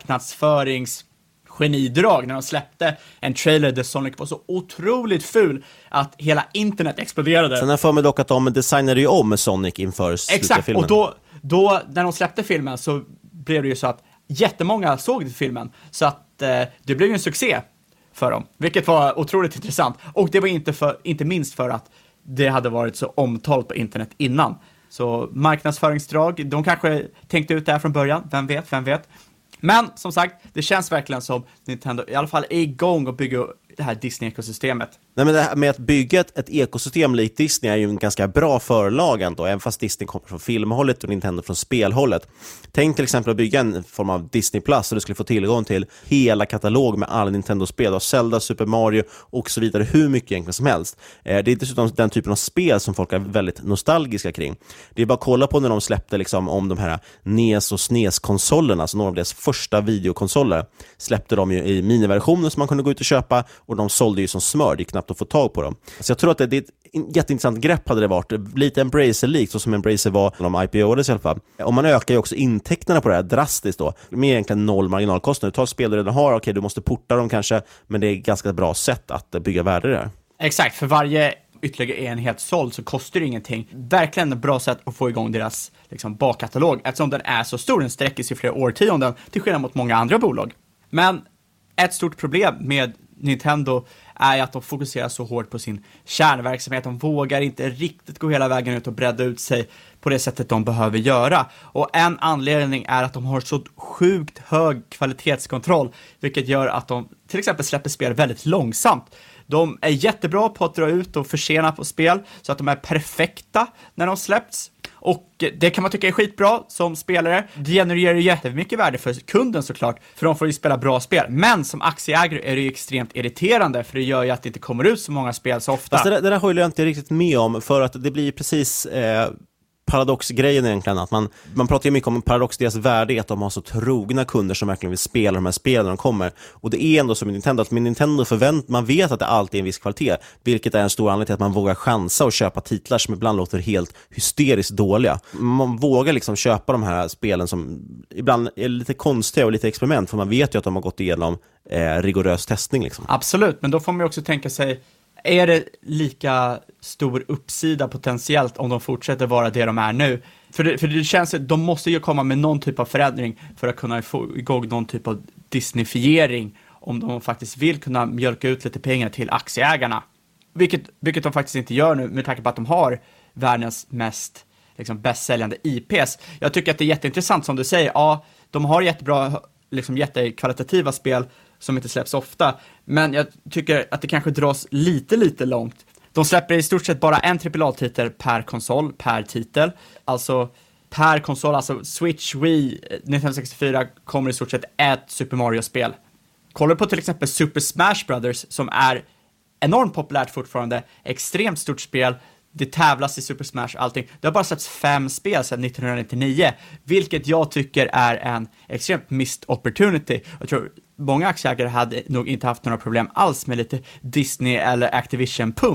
marknadsföringsgenidrag när de släppte en trailer där Sonic var så otroligt ful att hela internet exploderade. Sen har jag för mig dock att de designade ju om Sonic inför filmen. Och då när de släppte filmen så blev det ju så att jättemånga såg filmen. Så att det blev ju en succé för dem, vilket var otroligt intressant. Och det var inte minst för att det hade varit så omtalat på internet innan. Så marknadsföringsdrag, de kanske tänkte ut det här från början, vem vet. Men som sagt, det känns verkligen som Nintendo i alla fall är igång och bygger det här Disney-ekosystemet. Nej, men det här med att bygga ett ekosystem likt Disney är ju en ganska bra förlag ändå, även fast Disney kommer från filmhållet och Nintendo från spelhållet. Tänk till exempel att bygga en form av Disney Plus så du skulle få tillgång till hela katalog med alla Nintendo-spel och Zelda, Super Mario och så vidare, hur mycket egentligen som helst. Det är dessutom den typen av spel som folk är väldigt nostalgiska kring. Det är bara att kolla på när de släppte liksom om de här NES och SNES-konsolerna, alltså några av deras första videokonsoler, släppte de ju i miniversioner som man kunde gå ut och köpa, och de sålde ju som smör, det är knappt att få tag på dem. Så jag tror att det är ett jätteintressant grepp hade det varit, lite Embracer-likt, så som Embracer var när de IPO-ades i alla fall. Och man ökar ju också intäkterna på det här drastiskt då, med egentligen 0 marginalkostnader. Du tar spel du redan har, okej, du måste porta dem kanske, men det är ett ganska bra sätt att bygga värde där. Exakt, för varje ytterligare enhet såld så kostar det ingenting. Verkligen ett bra sätt att få igång deras liksom, bakkatalog, eftersom den är så stor, den sträcker sig i flera årtionden, till skillnad mot många andra bolag. Men ett stort problem med Nintendo är att de fokuserar så hårt på sin kärnverksamhet. De vågar inte riktigt gå hela vägen ut och bredda ut sig på det sättet de behöver göra. Och en anledning är att de har så sjukt hög kvalitetskontroll, vilket gör att de till exempel släpper spel väldigt långsamt. De är jättebra på att dra ut och försena på spel så att de är perfekta när de släpps. Och det kan man tycka är skitbra som spelare. Det genererar ju jättemycket värde för kunden såklart, för de får ju spela bra spel. Men som aktieägare är det ju extremt irriterande, för det gör ju att det inte kommer ut så många spel så ofta. Alltså det där håller jag inte riktigt med om, för att det blir precis paradoxgrejen egentligen, att man pratar ju mycket om paradox, deras värde är att de har så trogna kunder som verkligen vill spela de här spelen när de kommer. Och det är ändå som Nintendo, att med Nintendo man vet att det alltid är en viss kvalitet, vilket är en stor anledning till att man vågar chansa och köpa titlar som ibland låter helt hysteriskt dåliga. Man vågar liksom köpa de här spelen som ibland är lite konstiga och lite experiment, för man vet ju att de har gått igenom rigorös testning liksom. Absolut, men då får man ju också tänka sig, är det lika stor uppsida potentiellt om de fortsätter vara det de är nu? För det känns att de måste ju komma med någon typ av förändring för att kunna få igång någon typ av Disneyfiering, om de faktiskt vill kunna mjölka ut lite pengar till aktieägarna. Vilket de faktiskt inte gör nu, med tanke på att de har världens mest liksom, bästsäljande IPs. Jag tycker att det är jätteintressant som du säger. Ja, de har jättebra, liksom, jättekvalitativa spel som inte släpps ofta, men jag tycker att det kanske dras lite långt. De släpper i stort sett bara en AAA-titel per konsol, per titel. Alltså per konsol, alltså Switch, Wii, Nintendo 64 kommer i stort sett ett Super Mario-spel. Kollar på till exempel Super Smash Brothers, som är enormt populärt fortfarande, extremt stort spel. Det tävlas i Super Smash, allting. Det har bara släppts 5 spel sedan 1999, vilket jag tycker är en extremt missed opportunity. Jag tror många aktieägare hade nog inte haft några problem alls med lite Disney eller Activision-pump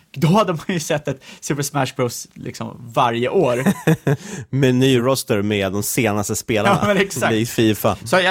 då hade man ju sett ett Super Smash Bros liksom varje år. Med ny roster med de senaste spelarna i FIFA. Så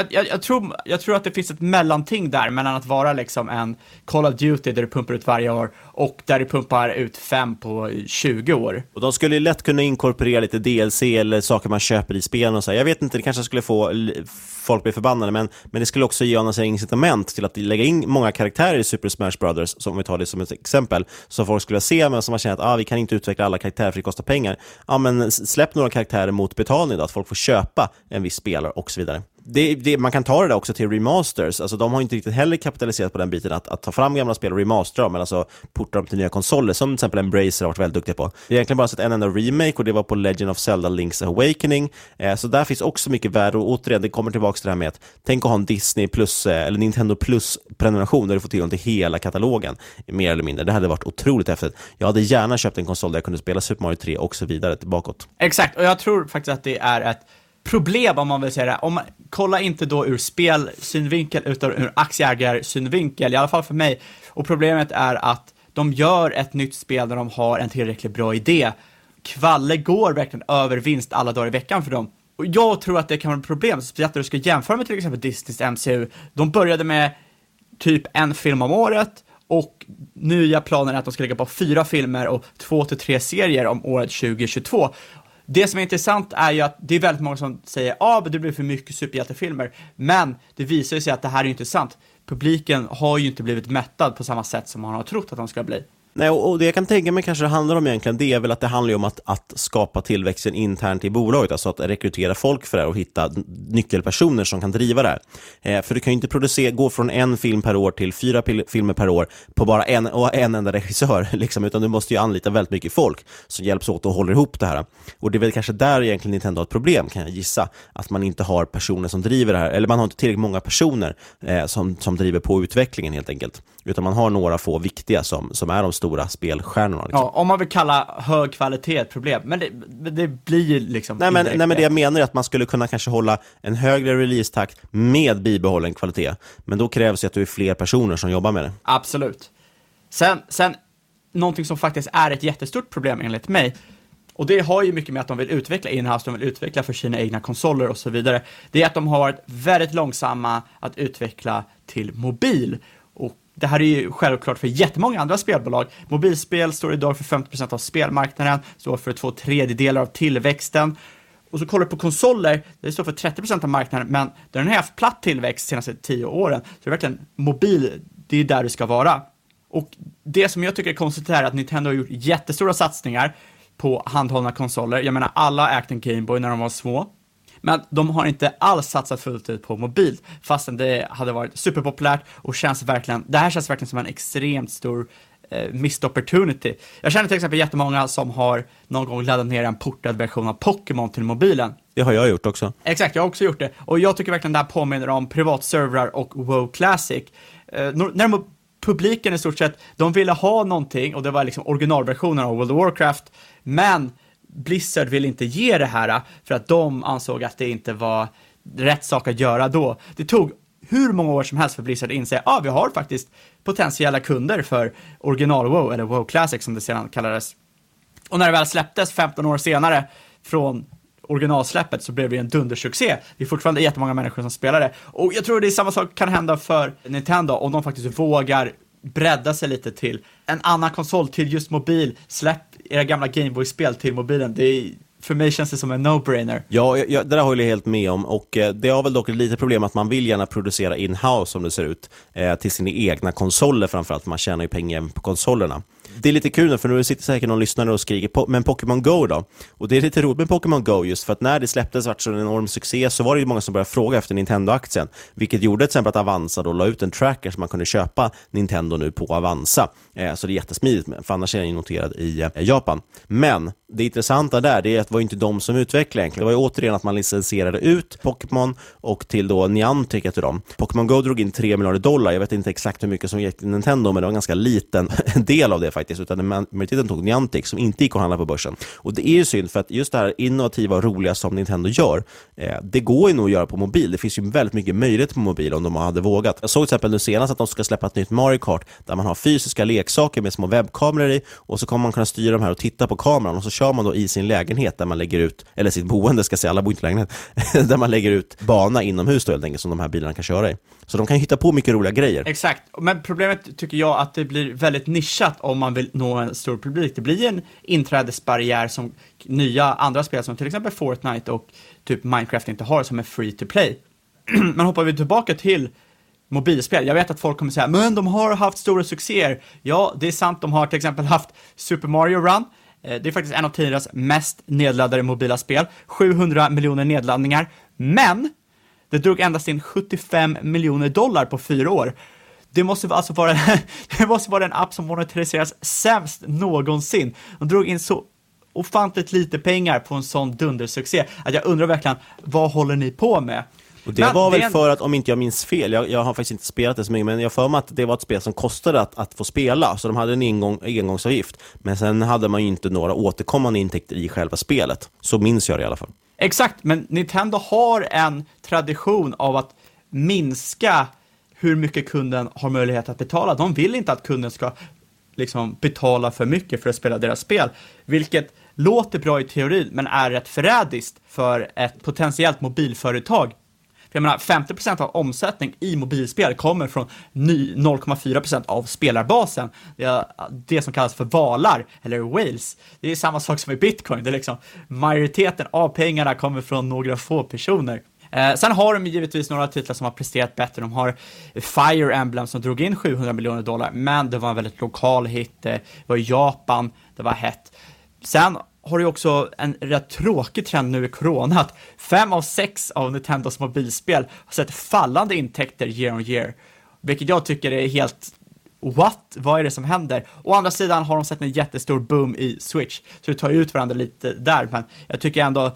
jag tror att det finns ett mellanting där mellan att vara liksom en Call of Duty där du pumpar ut varje år och där du pumpar ut 5 på 20 år. Och de skulle ju lätt kunna inkorporera lite DLC eller saker man köper i spelen och så. Jag vet inte, det kanske skulle få folk bli förbannade, men det skulle också ge oss incitament till att lägga in många karaktärer i Super Smash Brothers, som vi tar det som ett exempel, så folk skulle se, men som man känner att vi kan inte utveckla alla karaktärer för det kostar pengar. Ja, men släpp några karaktärer mot betalning då, att folk får köpa en viss spelare och så vidare. Man kan ta det där också till remasters. Alltså de har inte riktigt heller kapitaliserat på den biten att ta fram gamla spel och remastera dem, men alltså porta dem till nya konsoler, som till exempel Embracer har varit väldigt duktiga på. Vi har egentligen bara sett en enda remake, och det var på Legend of Zelda Link's Awakening. Så där finns också mycket värde, och återigen, det kommer tillbaka till det här med att tänk att ha en Disney Plus eller Nintendo Plus prenumeration där du får tillgång till hela katalogen, mer eller mindre. Det hade varit otroligt häftigt. Jag hade gärna köpt en konsol där jag kunde spela Super Mario 3 och så vidare bakåt. Exakt, och jag tror faktiskt att det är ett problem, om man vill säga det. Om man kollar inte då ur spelsynvinkel utan ur aktieägarsynvinkel, i alla fall för mig. Och problemet är att de gör ett nytt spel där de har en tillräckligt bra idé. Kvalle går verkligen över vinst alla dagar i veckan för dem. Och jag tror att det kan vara ett problem, speciellt när du ska jämföra med till exempel Disneys MCU. De började med typ en film om året, och nya planer är att de ska lägga på 4 filmer och 2 till 3 serier om året 2022. Det som är intressant är ju att det är väldigt många som säger det blir för mycket superhjältefilmer, men det visar sig att det här är ju inte sant. Publiken har ju inte blivit mättad på samma sätt som man har trott att de ska bli. Nej, och det jag kan tänka mig kanske det handlar om egentligen, det är väl att det handlar om att skapa tillväxten internt i bolaget, alltså att rekrytera folk för det och hitta nyckelpersoner som kan driva det här. För du kan ju inte gå från en film per år till 4 filmer per år på bara en enda regissör, liksom, utan du måste ju anlita väldigt mycket folk som hjälps åt och håller ihop det här. Och det är väl kanske där egentligen Nintendo har ett problem, kan jag gissa, att man inte har personer som driver det här, eller man har inte tillräckligt många personer som driver på utvecklingen helt enkelt, utan man har några få viktiga som är de stora spelstjärnorna. Liksom. Ja, om man vill kalla hög kvalitet ett problem. Men det blir ju liksom... Nej, men det jag menar är att man skulle kunna kanske hålla en högre release-takt med bibehållen kvalitet. Men då krävs det att du är fler personer som jobbar med det. Absolut. Sen någonting som faktiskt är ett jättestort problem enligt mig, och det har ju mycket med att de vill utveckla in-house, de vill utveckla för sina egna konsoler och så vidare. Det är att de har varit väldigt långsamma att utveckla till mobil. Och det här är ju självklart för jättemånga andra spelbolag. Mobilspel står idag för 50% av spelmarknaden, står för 2/3 av tillväxten. Och så kollar du på konsoler, det står för 30% av marknaden, men den har haft platt tillväxt de senaste 10 åren. Så det är verkligen mobil, det är där du ska vara. Och det som jag tycker är konstigt är att Nintendo har gjort jättestora satsningar på handhållna konsoler. Jag menar, alla ägde en Game Boy när de var små. Men de har inte alls satsat fullt ut på mobil, fastän det hade varit superpopulärt, och det här känns verkligen som en extremt stor missed opportunity. Jag känner till exempel jättemånga som har någon gång laddat ner en portad version av Pokémon till mobilen. Det har jag gjort också. Exakt, jag har också gjort det. Och jag tycker verkligen det här påminner om privatservrar och WoW Classic. När publiken i stort sett, de ville ha någonting, och det var liksom originalversionen av World of Warcraft, men Blizzard vill inte ge det här för att de ansåg att det inte var rätt sak att göra då. Det tog hur många år som helst för Blizzard att inse vi har faktiskt potentiella kunder för original WoW, eller WoW Classic som det sedan kallades. Och när det väl släpptes 15 år senare från originalsläppet, så blev det en dundersuccé. Det är fortfarande jättemånga människor som spelar det. Och jag tror det är samma sak kan hända för Nintendo, om de faktiskt vågar bredda sig lite till en annan konsol, till just mobil. Släpp era gamla Game Boy-spel till mobilen. För mig känns det som en no-brainer. Ja, det där håller jag helt med om. Och det har väl dock lite problem att man vill gärna producera in-house, som det ser ut, till sina egna konsoler framförallt. Man tjänar ju pengar på konsolerna. Det är lite kul, för nu sitter säkert någon lyssnare och skriker, men Pokémon Go då? Och det är lite roligt med Pokémon Go, just för att när det släpptes vart så en enorm succé, så var det ju många som började fråga efter Nintendo-aktien, vilket gjorde till exempel att Avanza då la ut en tracker så man kunde köpa Nintendo nu på Avanza. Så det är jättesmidigt, för annars är den noterad i Japan. Men det intressanta där, det är att det var inte de som utvecklade egentligen. Det var ju återigen att man licensierade ut Pokémon och till då Niantic till dem. Pokémon Go drog in $3 miljarder. Jag vet inte exakt hur mycket som gick till Nintendo, men det var en ganska liten del av det faktiskt, utan majoriteten tog Niantic som inte gick att handla på börsen. Och det är ju synd, för att just det här innovativa och roliga som Nintendo gör, det går ju nog att göra på mobil. Det finns ju väldigt mycket möjlighet på mobil om de hade vågat. Jag såg till exempel nu senast att de ska släppa ett nytt Mario Kart där man har fysiska leksaker med små webbkameror i, och så kommer man kunna styra de här och titta på kameran, och så kör man då i sin lägenhet där man lägger ut, eller sitt boende ska säga, alla bor inte i lägenhet, där man lägger ut bana inomhus då helt enkelt som de här bilarna kan köra i. Så de kan hitta på mycket roliga grejer. Exakt, men problemet tycker jag att det blir väldigt nischat om man vill nå en stor publik. Det blir en inträdesbarriär som nya andra spel som till exempel Fortnite och typ Minecraft inte har, som är free to play. Men hoppar vi tillbaka till mobilspel. Jag vet att folk kommer säga, men de har haft stora succéer. Ja, det är sant, de har till exempel haft Super Mario Run. Det är faktiskt en av tidernas mest nedladdade mobila spel. 700 miljoner nedladdningar. Men det drog endast in $75 miljoner på 4 år. Det måste alltså vara en app som monetariseras sämst någonsin. De drog in så ofantligt lite pengar på en sån dundersuccé att jag undrar verkligen, vad håller ni på med? Och det var väl för att, om inte jag minns fel, jag har faktiskt inte spelat det så mycket, men jag för mig att det var ett spel som kostade att få spela, så de hade en engångsavgift, men sen hade man ju inte några återkommande intäkter i själva spelet. Så minns jag det i alla fall. Exakt, men Nintendo har en tradition av att minska hur mycket kunden har möjlighet att betala. De vill inte att kunden ska liksom betala för mycket för att spela deras spel, vilket låter bra i teorin men är rätt förrädiskt för ett potentiellt mobilföretag. För jag menar, 50% av omsättning i mobilspel kommer från 0,4% av spelarbasen. Det är det som kallas för valar, eller whales. Det är samma sak som i Bitcoin. Det är liksom, majoriteten av pengarna kommer från några få personer. Sen har de givetvis några titlar som har presterat bättre. De har Fire Emblem som drog in $700 miljoner, men det var en väldigt lokal hit. Det var i Japan, det var hett. Sen har du också en rätt tråkig trend nu i corona, att 5 av 6 av Nintendos mobilspel har sett fallande intäkter year on year, vilket jag tycker är helt vad är det som händer? Å andra sidan har de sett en jättestor boom i Switch, så det tar ut varandra lite där, men jag tycker ändå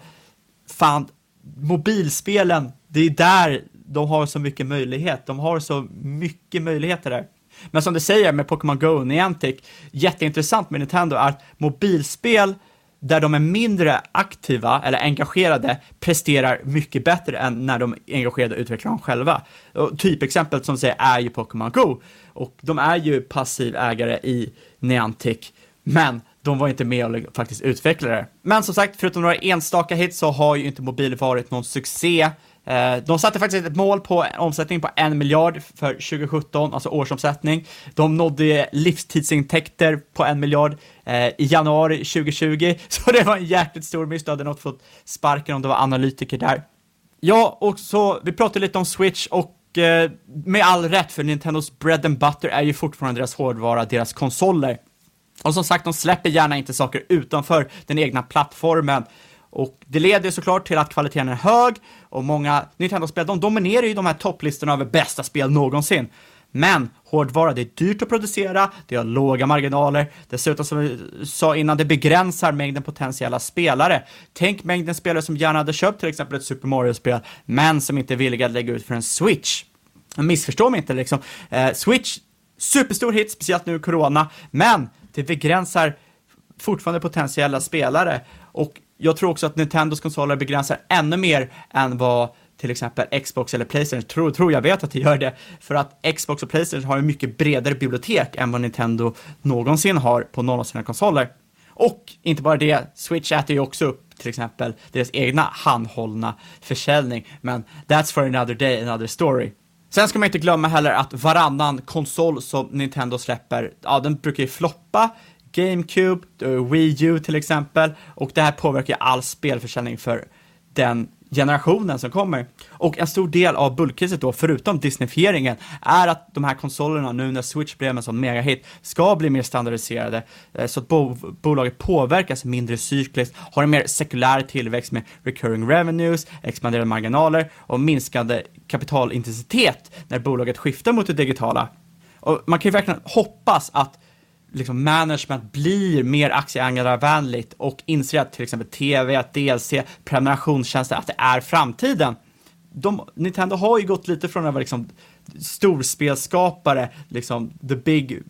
mobilspelen, det är där de har så mycket möjlighet. De har så mycket möjligheter där. Men som du säger med Pokémon Go och Niantic, jätteintressant med Nintendo är att mobilspel där de är mindre aktiva eller engagerade presterar mycket bättre än när de engagerade utvecklar dem själva. Och typexemplet som säger är ju Pokémon Go, och de är ju passiv ägare i Niantic, men de var inte med och faktiskt utvecklade det. Men som sagt, förutom några enstaka hits så har ju inte mobil varit någon succé. De satte faktiskt ett mål på en omsättning på 1 miljard för 2017, alltså årsomsättning. De nådde livstidsintäkter på 1 miljard i januari 2020, så det var en jäkligt stor miss. Då hade något fått sparken om det var analytiker där. Ja, och så vi pratade lite om Switch, och med all rätt, för Nintendos bread and butter är ju fortfarande deras hårdvara, deras konsoler. Och som sagt, de släpper gärna inte saker utanför den egna plattformen. Och det leder såklart till att kvaliteten är hög, och många Nintendo-spel, de dominerar ju de här topplistorna över bästa spel någonsin. Men hårdvara, det är dyrt att producera, det har låga marginaler. Dessutom, som vi sa innan, det begränsar mängden potentiella spelare. Tänk mängden spelare som gärna hade köpt till exempel ett Super Mario-spel, men som inte är villiga att lägga ut för en Switch. Missförstå mig inte liksom. Switch, superstor hit, speciellt nu i corona, men det begränsar fortfarande potentiella spelare. Och jag tror också att Nintendos konsoler begränsar ännu mer än vad till exempel Xbox eller PlayStation tror jag vet att det gör det. För att Xbox och PlayStation har en mycket bredare bibliotek än vad Nintendo någonsin har på någon av sina konsoler. Och inte bara det, Switch äter ju också upp till exempel deras egna handhållna försäljning. Men that's for another day, another story. Sen ska man inte glömma heller att varannan konsol som Nintendo släpper, ja, den brukar ju floppa. GameCube, Wii U till exempel, och det här påverkar all spelförsäljning för den generationen som kommer. Och en stor del av bullkriset då, förutom Disneyfieringen, är att de här konsolerna nu när Switch blev en sån megahit ska bli mer standardiserade, så att bolaget påverkas mindre cykliskt, har en mer sekulär tillväxt med recurring revenues, expanderade marginaler och minskande kapitalintensitet när bolaget skiftar mot det digitala. Och man kan ju verkligen hoppas att liksom management blir mer aktieägarvänligt och inser att till exempel TV, DLC, prenumerationstjänster, att det är framtiden. Nintendo har ju gått lite från att vara liksom storspelskapare, liksom the big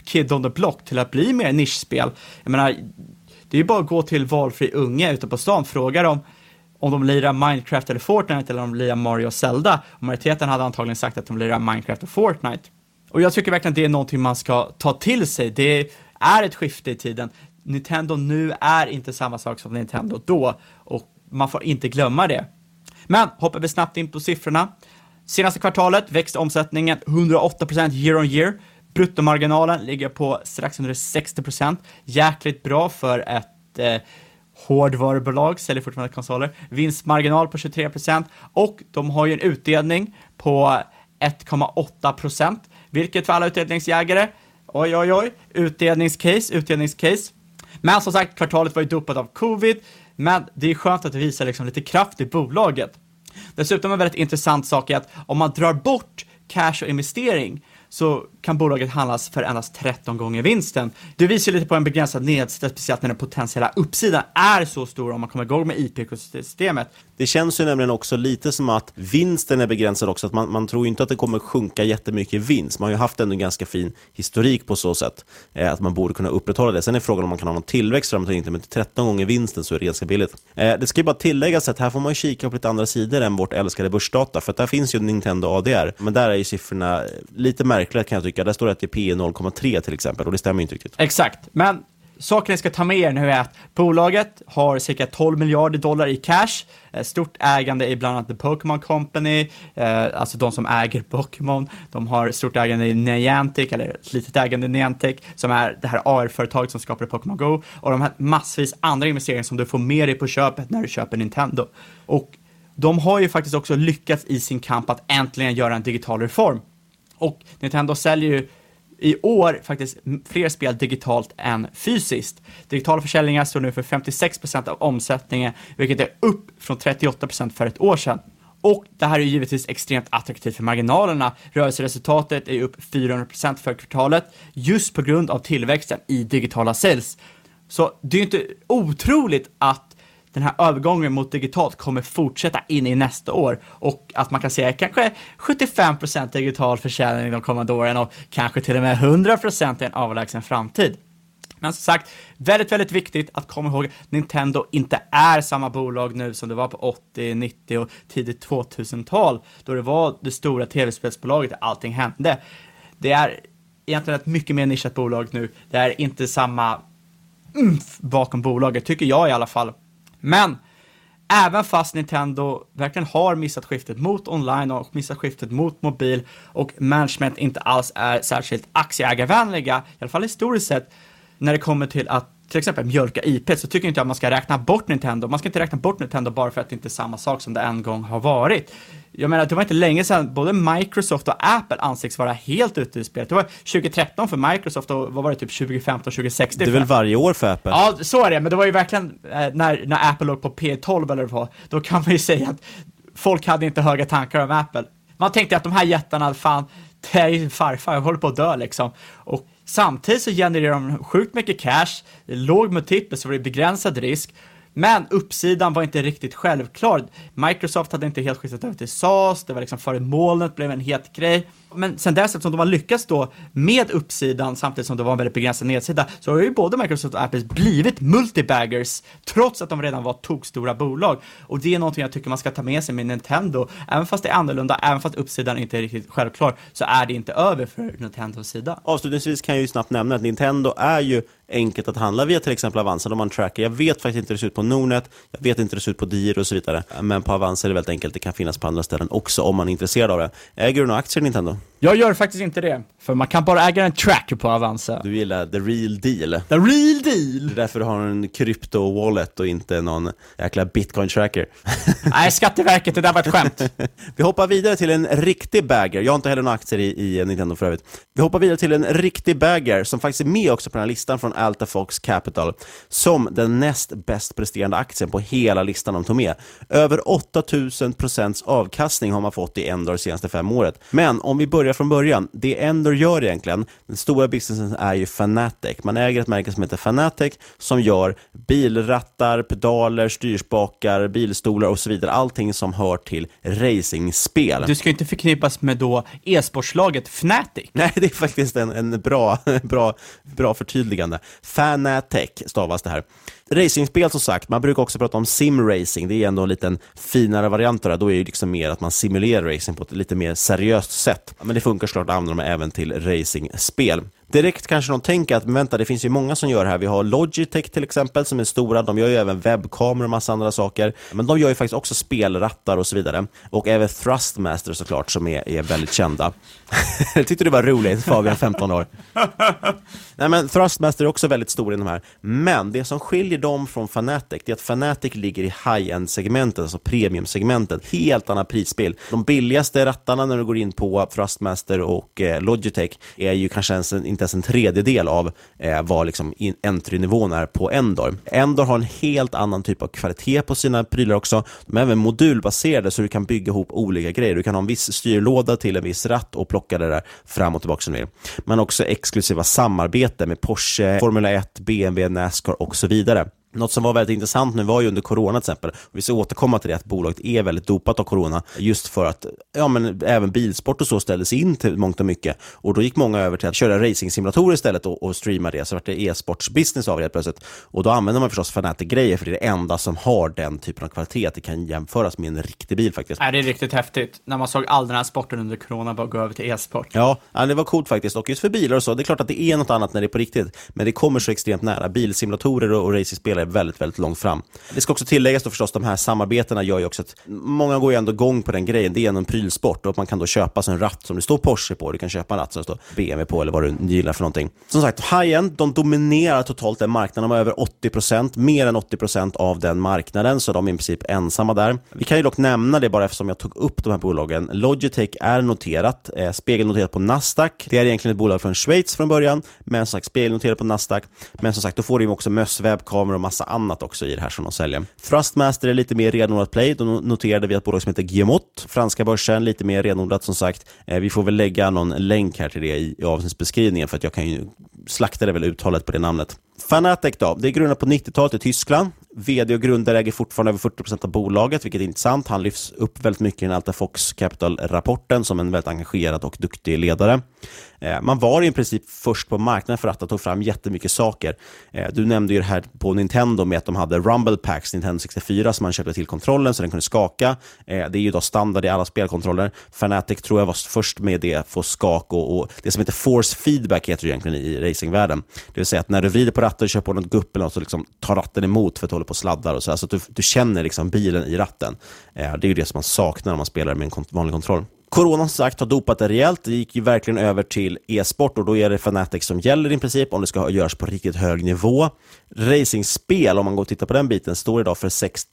kid on the block till att bli mer nischspel. Jag menar, det är ju bara att gå till valfri unge ute på stan, fråga dem om de lirar Minecraft eller Fortnite eller om de lirar Mario och Zelda. Och majoriteten hade antagligen sagt att de lirar Minecraft och Fortnite. Och jag tycker verkligen att det är någonting man ska ta till sig. Det är ett skifte i tiden. Nintendo nu är inte samma sak som Nintendo då. Och man får inte glömma det. Men hoppar vi snabbt in på siffrorna. Senaste kvartalet växte omsättningen 108% year on year. Bruttomarginalen ligger på strax under 60%. Jäkligt bra för ett hårdvarubolag, säljer fortfarande konsoler. Vinstmarginal på 23%. Och de har ju en utdelning på 1,8%. Vilket för alla utdelningsjägare, utdelningscase. Men som sagt, kvartalet var ju dopat av covid. Men det är skönt att det visar liksom lite kraft i bolaget. Dessutom en väldigt intressant sak är att om man drar bort cash och investering så kan bolaget handlas för endast 13 gånger vinsten. Det visar lite på en begränsad nedsida, speciellt när den potentiella uppsidan är så stor om man kommer igång med IP-systemet. Det känns ju nämligen också lite som att vinsten är begränsad också. Att man tror ju inte att det kommer sjunka jättemycket i vinst. Man har ju haft en ganska fin historik på så sätt. Att man borde kunna upprätthålla det. Sen är frågan om man kan ha någon tillväxt framåt eller inte. Men till 13 gånger vinsten så är det ganska billigt. Det ska ju bara tilläggas att här får man ju kika på lite andra sidor än vårt älskade börsdata. För att där finns ju Nintendo ADR. Men där är ju siffrorna lite märkliga kan jag tycka. Där står det att det är P 0,3 till exempel. Och det stämmer inte riktigt. Exakt. Men saken jag ska ta med er nu är att bolaget har cirka $12 miljarder i cash, stort ägande i bland annat The Pokémon Company, alltså de som äger Pokémon. De har stort ägande i Niantic, eller ett litet ägande i Niantic, som är det här AR-företaget som skapade Pokémon Go, och de har massvis andra investeringar som du får med dig på köpet när du köper Nintendo. Och de har ju faktiskt också lyckats i sin kamp att äntligen göra en digital reform. Och Nintendo säljer ju i år faktiskt fler spel digitalt än fysiskt. Digitala försäljningar står nu för 56% av omsättningen, vilket är upp från 38% för ett år sedan. Och det här är givetvis extremt attraktivt för marginalerna. Rörelseresultatet är upp 400% för kvartalet just på grund av tillväxten i digitala sales. Så det är ju inte otroligt att den här övergången mot digitalt kommer fortsätta in i nästa år, och att man kan säga kanske 75% digital försäljning de kommande åren och kanske till och med 100% i en avlägsen framtid. Men som sagt, väldigt, väldigt viktigt att komma ihåg att Nintendo inte är samma bolag nu som det var på 80, 90 och tidigt 2000-tal, då det var det stora tv-spelsbolaget där allting hände. Det är egentligen ett mycket mer nischat bolag nu. Det är inte samma bakom bolaget, tycker jag i alla fall. Men även fast Nintendo verkligen har missat skiftet mot online och missat skiftet mot mobil, och management inte alls är särskilt aktieägarvänliga, i alla fall historiskt sett, när det kommer till att till exempel mjölka IP, så tycker jag inte att man ska räkna bort Nintendo. Man ska inte räkna bort Nintendo bara för att det inte är samma sak som det en gång har varit. Jag menar, det var inte länge sedan både Microsoft och Apple ansågs vara helt ute i spelet. Det var 2013 för Microsoft och vad var det, typ 2015, 2016? Det är väl varje år för Apple? Ja, så är det. Men det var ju verkligen när Apple låg på P12 eller vad, då kan man ju säga att folk hade inte höga tankar om Apple. Man tänkte att de här jättarna, fan, det är ju farfar, jag håller på att dö liksom. Och samtidigt så genererar de sjukt mycket cash, låg multipel, så var det begränsad risk. Men uppsidan var inte riktigt självklar. Microsoft hade inte helt skiftat över till SaaS, det var liksom före molnet, blev en het grej. Men sen dess, eftersom de har lyckats då med uppsidan samtidigt som det var en väldigt begränsad nedsida, så har ju både Microsoft och Apple blivit multibaggers trots att de redan var tokstora bolag. Och det är någonting jag tycker man ska ta med sig med Nintendo. Även fast det är annorlunda, även fast uppsidan inte är riktigt självklar, så är det inte över för Nintendos sida. Avslutningsvis kan jag ju snabbt nämna att Nintendo är ju enkelt att handla via till exempel Avanza om man trackar. Jag vet faktiskt inte hur det ser ut på Nordnet, jag vet inte hur det ser ut på Dir och så vidare. Men på Avanza är det väldigt enkelt, det kan finnas på andra ställen också om man är intresserad av det. Äger du några aktier i Nintendo? Jag gör faktiskt inte det, för man kan bara äga en tracker på Avanza. Du gillar the real deal. The real deal! Det är därför du har en krypto-wallet och inte någon jäkla bitcoin-tracker. Nej, Skatteverket, det där var ett skämt. Vi hoppar vidare till en riktig bagger. Jag har inte heller några aktier i Nintendo för övrigt. Vi hoppar vidare till en riktig bagger som faktiskt är med också på den här listan från Alta Fox Capital som den näst bäst presterande aktien på hela listan de tog med. Över 8000% avkastning har man fått i en dag de senaste 5 året. Men om vi börjar börja från början. Det Endor gör egentligen, den stora businessen är ju Fanatec. Man äger ett märke som heter Fanatec som gör bilrattar, pedaler, styrspakar, bilstolar och så vidare. Allting som hör till racingspel. Du ska inte förknippas med då e-sportslaget Fnatic. Nej, det är faktiskt en bra förtydligande. Fanatec stavas det här. Racingspel som sagt, man brukar också prata om simracing. Det är ändå en liten finare variant där. Då är det liksom mer att man simulerar racing på ett lite mer seriöst sätt. Men det funkar såklart att använda dem även till racingspel. Direkt kanske någon tänker att vänta, det finns ju många som gör det här. Vi har Logitech till exempel som är stora. De gör ju även webbkameror och massa andra saker. Men de gör ju faktiskt också spelrattar och så vidare. Och även Thrustmaster såklart som är väldigt kända. Jag tyckte det var roligt, Fabian 15 år. Nej, men Thrustmaster är också väldigt stor i de här. Men det som skiljer dem från Fanatec är att Fanatec ligger i high-end-segmentet, alltså premium-segmentet. Helt annan prisbild. De billigaste rattarna när du går in på Thrustmaster och Logitech är ju kanske inte ens en tredjedel av vad liksom entry-nivån är på Endor. Endor har en helt annan typ av kvalitet på sina prylar också. De är även modulbaserade så du kan bygga ihop olika grejer. Du kan ha en viss styrlåda till en viss ratt och plocka det där fram och tillbaka som du vill. Men också exklusiva samarbete med Porsche, Formula 1, BMW, NASCAR och så vidare. Något som var väldigt intressant nu var ju under corona till exempel. Vi ska återkomma till det att bolaget är väldigt dopat av corona just för att men även bilsport och så ställdes in till mångt och mycket. Och då gick många över till att köra racing-simulatorer istället och streama det. Så var det e-sports-business av det plötsligt. Och då använder man förstås Fanatec-grejer för det är det enda som har den typen av kvalitet att det kan jämföras med en riktig bil faktiskt. Det är riktigt häftigt när man såg all den här sporten under corona bara gå över till e-sport. Ja, det var coolt faktiskt. Och just för bilar och så, det är klart att det är något annat när det är på riktigt. Men det kommer så extremt nära. Bilsimulatorer och racingspel är väldigt, väldigt långt fram. Det ska också tilläggas då förstås, de här samarbetena gör ju också att många går ju ändå igång på den grejen. Det är en prylsport och man kan då köpa en ratt som det står Porsche på. Du kan köpa en ratt som det står BMW på eller vad du gillar för någonting. Som sagt, high-end, de dominerar totalt den marknaden. De har över 80%, mer än 80% av den marknaden, så de är i princip ensamma där. Vi kan ju dock nämna det bara eftersom jag tog upp de här bolagen. Logitech är noterat, spegelnoterat på Nasdaq. Det är egentligen ett bolag från Schweiz från början, men som sagt spegelnoterat på Nasdaq. Men som sagt, då får de också möss, webbkameror och massa annat också i det här som de säljer. Thrustmaster är lite mer renodlat play. Då noterade vi ett bolag som heter Guillemot. Franska börsen, lite mer renodlat som sagt. Vi får väl lägga någon länk här till det i avsnittsbeskrivningen för att jag kan ju slakta det väl uttalet på det namnet. Fanatec då, det är grundat på 90-talet i Tyskland. VD och grundare äger fortfarande över 40% av bolaget, vilket är intressant. Han lyfts upp väldigt mycket i den Alta Fox Capital-rapporten som en väldigt engagerad och duktig ledare. Man var i princip först på marknaden för att ta fram jättemycket saker. Du nämnde ju det här på Nintendo med att de hade Rumble Packs, Nintendo 64, som man köpte till kontrollen så den kunde skaka. Det är ju då standard i alla spelkontroller. Fanatec tror jag var först med det för skak och det som heter force feedback heter det egentligen i racingvärlden. Det vill säga att när du vrider på ratten och kör på något gupp eller något så liksom tar ratten emot för att hålla på sladdar och så att du känner liksom bilen i ratten. Det är ju det som man saknar när man spelar med en vanlig kontroll. Corona som sagt har dopat det rejält. Det gick ju verkligen över till e-sport och då är det Fanatec som gäller i princip om det ska göras på riktigt hög nivå. Racingspel, om man går och tittar på den biten, står idag för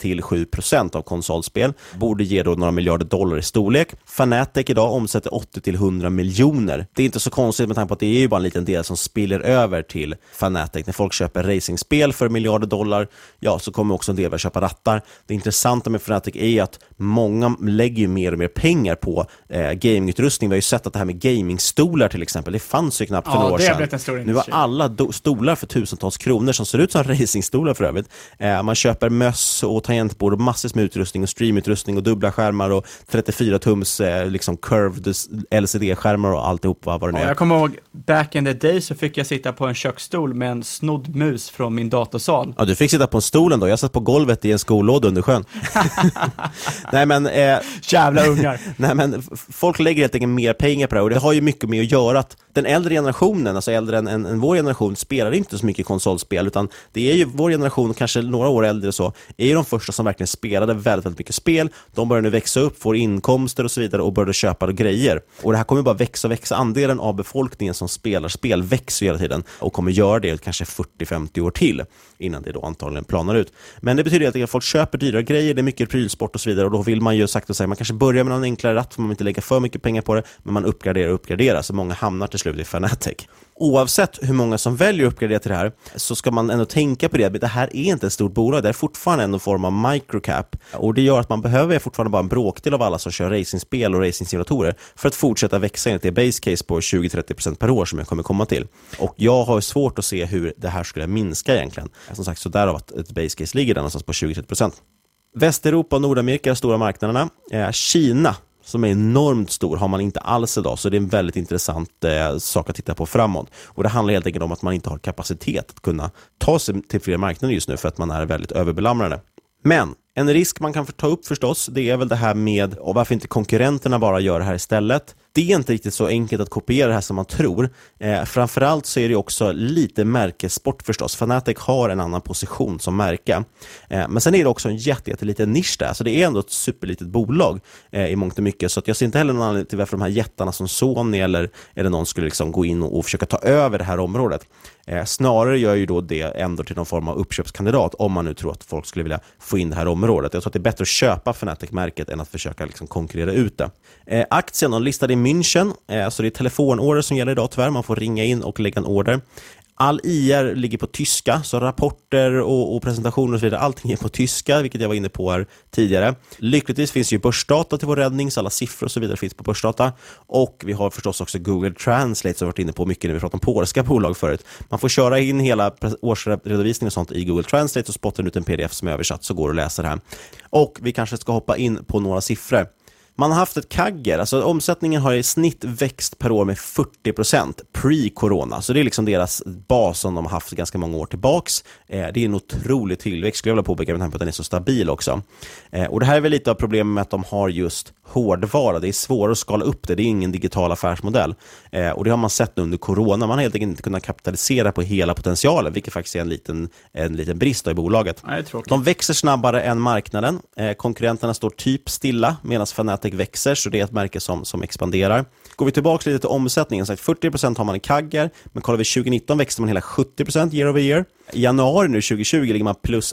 6-7% av konsolspel. Borde ge då några miljarder dollar i storlek. Fanatec idag omsätter 80-100 miljoner. Det är inte så konstigt med tanke på att det är ju bara en liten del som spiller över till Fanatec. När folk köper racingspel för miljarder dollar, ja, så kommer också en del att köpa rattar. Det intressanta med Fanatec är att många lägger ju mer och mer pengar på gamingutrustning. Vi har ju sett att det här med gamingstolar till exempel, det fanns ju knappt för några år sedan. Nu har alla stolar för tusentals kronor som ser ut som racingstolar för övrigt. Man köper möss och tangentbord och massor med utrustning och streamutrustning och dubbla skärmar och 34-tums liksom curved LCD-skärmar och alltihop vad det nu är. Jag kommer ihåg, back in the day så fick jag sitta på en köksstol med en snodd mus från min datorsal. Ja, du fick sitta på en stolen då. Jag satt på golvet i en skollåda under sjön. Nej men jävla ungar. Nej men folk lägger helt enkelt mer pengar på det och det har ju mycket med att göra att den äldre generationen, alltså äldre än vår generation, spelar inte så mycket konsolspel utan det är ju vår generation, kanske några år äldre så, är ju de första som verkligen spelade väldigt, väldigt mycket spel. De börjar nu växa upp, får inkomster och så vidare och börjar köpa grejer. Och det här kommer bara växa. Andelen av befolkningen som spelar spel växer hela tiden och kommer göra det kanske 40-50 år till innan det då antagligen planar ut. Men det betyder att folk köper dyra grejer, det är mycket prylsport och så vidare och då vill man ju sagt och säga, man kanske börjar med någon enklare ratt för man inte lägga för mycket pengar på det, men man uppgraderar, så många hamnar till slut i Fanatec. Oavsett hur många som väljer att uppgradera till det här, så ska man ändå tänka på det. Det här är inte ett stort bolag, det är fortfarande en form av microcap. Och det gör att man behöver fortfarande bara en bråkdel av alla som kör racingspel och racingsimulatorer för att fortsätta växa enligt det base case på 20-30% per år som jag kommer komma till. Och jag har svårt att se hur det här skulle minska egentligen. Som sagt, så därav att ett base case ligger där någonstans på 20-30%. Västeuropa och Nordamerika är stora marknaderna. Kina, som är enormt stor, har man inte alls idag, så det är en väldigt intressant sak att titta på framåt. Och det handlar helt enkelt om att man inte har kapacitet att kunna ta sig till fler marknader just nu för att man är väldigt överbelamrade. Men en risk man kan ta upp förstås, det är väl det här med och varför inte konkurrenterna bara gör det här istället. Det är inte riktigt så enkelt att kopiera det här som man tror. Framförallt så är det också lite märkessport förstås. Fanatec har en annan position som märke. Men sen är det också en jätteliten nisch där. Så det är ändå ett superlitet bolag i mångt och mycket. Så att jag ser inte heller någon anledning till varför de här jättarna som Sony eller någon skulle liksom gå in och försöka ta över det här området. Snarare gör ju då det ändå till någon form av uppköpskandidat om man nu tror att folk skulle vilja få in det här området. Jag tror att det är bättre att köpa Fanatec-märket än att försöka liksom konkurrera ut det. Aktien och listade i München, så det är telefonorder som gäller idag tyvärr. Man får ringa in och lägga en order. All IR ligger på tyska, så rapporter och presentationer och så vidare, allting är på tyska, vilket jag var inne på här tidigare. Lyckligtvis finns ju börsdata till vår räddning, så alla siffror och så vidare finns på börsdata. Och vi har förstås också Google Translate som vi varit inne på mycket när vi pratar om polska bolag förut. Man får köra in hela årsredovisning och sånt i Google Translate och spotta ut en pdf som är översatt, så går det att läsa det här. Och vi kanske ska hoppa in på några siffror. Man har haft ett kagger, alltså omsättningen har i snitt växt per år med 40% pre-corona. Så det är liksom deras bas som de har haft ganska många år tillbaks. Det är en otrolig tillväxt, skulle jag vilja påpeka med tanke på att den är så stabil också. Och det här är väl lite av problemet med att de har just hårdvara. Det är svårare att skala upp det, det är ingen digital affärsmodell. Och det har man sett under corona. Man har helt enkelt inte kunnat kapitalisera på hela potentialen, vilket faktiskt är en liten brist i bolaget. De växer snabbare än marknaden. Konkurrenterna står typ stilla medan Fanatec växer, så det är ett märke som expanderar. Går vi tillbaka lite till omsättningen, så 40% har man i kagger, men kollar vi 2019 växte man hela 70% year over year. I januari nu 2020 ligger man plus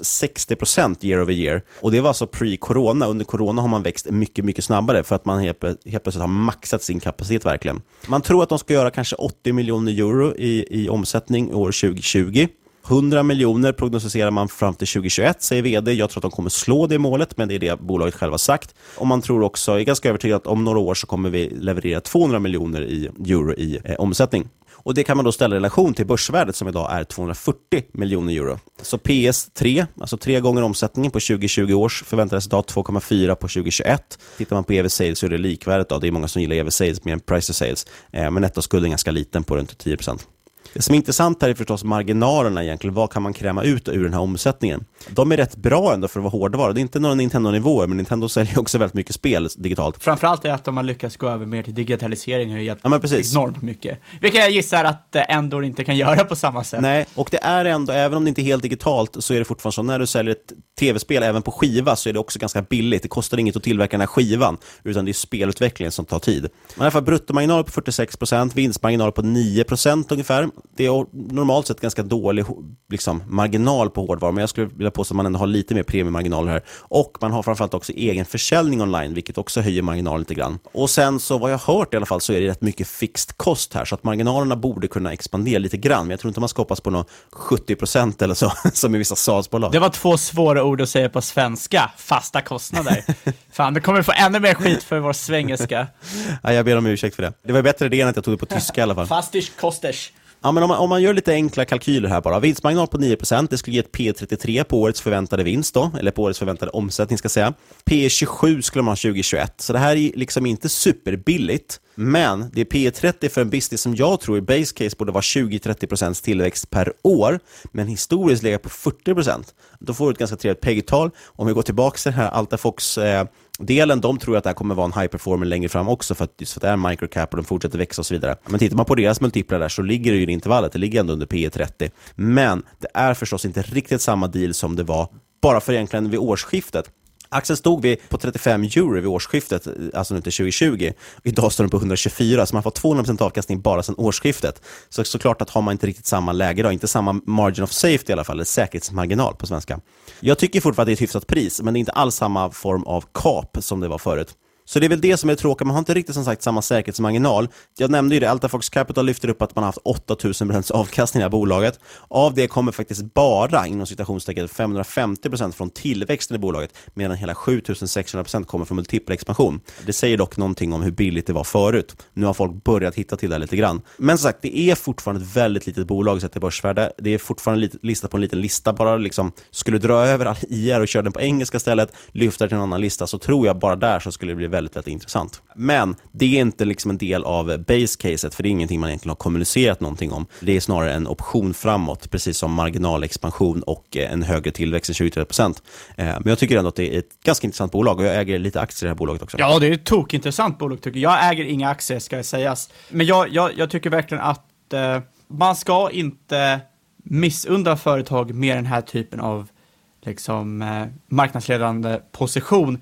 60% year over year, och det var alltså pre-corona. Under corona har man växt mycket, mycket snabbare för att man helt plötsligt har maxat sin kapacitet verkligen. Man tror att de ska göra kanske 80 miljoner euro i omsättning år 2020. 100 miljoner prognostiserar man fram till 2021, säger vd. Jag tror att de kommer slå det målet, men det är det bolaget själva sagt. Och man tror också, är ganska övertygad att om några år så kommer vi leverera 200 miljoner euro i omsättning. Och det kan man då ställa i relation till börsvärdet som idag är 240 miljoner euro. Så PS3, alltså 3 gånger omsättningen på 2020 års förväntade resultat, 2,4 på 2021. Tittar man på EV-sales så är det likvärdigt då. Det är många som gillar EV-sales mer än price-to-sales. Men nettoskulden är ganska liten på runt 10%. Det som är intressant här är förstås marginalerna egentligen. Vad kan man kräma ut ur den här omsättningen? De är rätt bra ändå för att vara hårdvara. Det är inte några Nintendo-nivåer, men Nintendo säljer också väldigt mycket spel digitalt. Framförallt är att de har lyckats gå över mer till digitalisering och hjälpt enormt mycket. Vilket jag gissar att ändå inte kan göra på samma sätt. Nej, och det är ändå, även om det inte är helt digitalt, så är det fortfarande så när du säljer ett tv-spel även på skiva så är det också ganska billigt. Det kostar inget att tillverka den här skivan, utan det är spelutvecklingen som tar tid. Man har för bruttomarginal på 46%, vinstmarginal på 9% ungefär. Det är normalt sett ganska dålig liksom, marginal på hårdvara, men jag skulle vilja påstå att man ändå har lite mer premiemarginal här. Och man har framförallt också egen försäljning online, vilket också höjer marginalen lite grann. Och sen så vad jag har hört i alla fall så är det rätt mycket fixed cost här, så att marginalerna borde kunna expandera lite grann. Men jag tror inte man ska hoppas på något 70% eller så, som i vissa SaaS-bolag. Det var 2 svåra ord att säga på svenska. Fasta kostnader. Fan, det kommer få ännu mer skit för vår svengelska. Ja, jag ber om ursäkt för det. Det var bättre det än att jag tog det på tyska i alla fall. Fastisch kosters. Ja, men om man gör lite enkla kalkyler här bara. Vinstmarginal på 9%, det skulle ge ett P33 på årets förväntade vinst då, eller på årets förväntade omsättning ska säga. P27 skulle man ha 2021. Så det här är liksom inte superbilligt, men det är P30 för en business som jag tror i base case borde vara 20-30% tillväxt per år, men historiskt ligger på 40%. Då får du ett ganska trevligt PEG-tal. Om vi går tillbaka till den här Altafox delen, de tror att det här kommer vara en high performer längre fram också för att det är en microcap och de fortsätter växa och så vidare. Men tittar man på deras multiplar där så ligger det ju i intervallet, det ligger ändå under P30. Men det är förstås inte riktigt samma deal som det var bara för egentligen vid årsskiftet. Aktien stod vi på 35 euro vid årsskiftet, alltså nu till 2020. Idag står den på 124, så man får 200% avkastning bara sedan årsskiftet. Så såklart att har man inte riktigt samma läge då, inte samma margin of safety i alla fall, eller säkerhetsmarginal på svenska. Jag tycker fortfarande att det är ett hyfsat pris, men det är inte alls samma form av kap som det var förut. Så det är väl det som är tråkigt. Man har inte riktigt som sagt samma säkerhetsmarginal. Jag nämnde ju det, Altafox Capital lyfter upp att man har haft 8000% avkastning i det här bolaget. Av det kommer faktiskt bara inom citationstecken 550% från tillväxten i bolaget, medan hela 7600% kommer från multipelexpansion. Det säger dock någonting om hur billigt det var förut. Nu har folk börjat hitta till det lite grann. Men som sagt, det är fortfarande ett väldigt litet bolag sett till börsvärde. Det är fortfarande listat på en liten lista. Bara liksom skulle dra över all IR och köra den på engelska stället, lyfta till en annan lista, så tror jag bara där så skulle det bli väldigt, väldigt intressant. Men det är inte liksom en del av base-caset, för det är ingenting man egentligen har kommunicerat någonting om. Det är snarare en option framåt, precis som marginalexpansion och en högre tillväxt i 20-30%. Men jag tycker ändå att det är ett ganska intressant bolag, och jag äger lite aktier i det här bolaget också. Ja, det är ett tokintressant bolag tycker jag. Jag äger inga aktier, ska jag sägas. Men jag tycker verkligen att man ska inte missunna företag med den här typen av liksom, marknadsledande position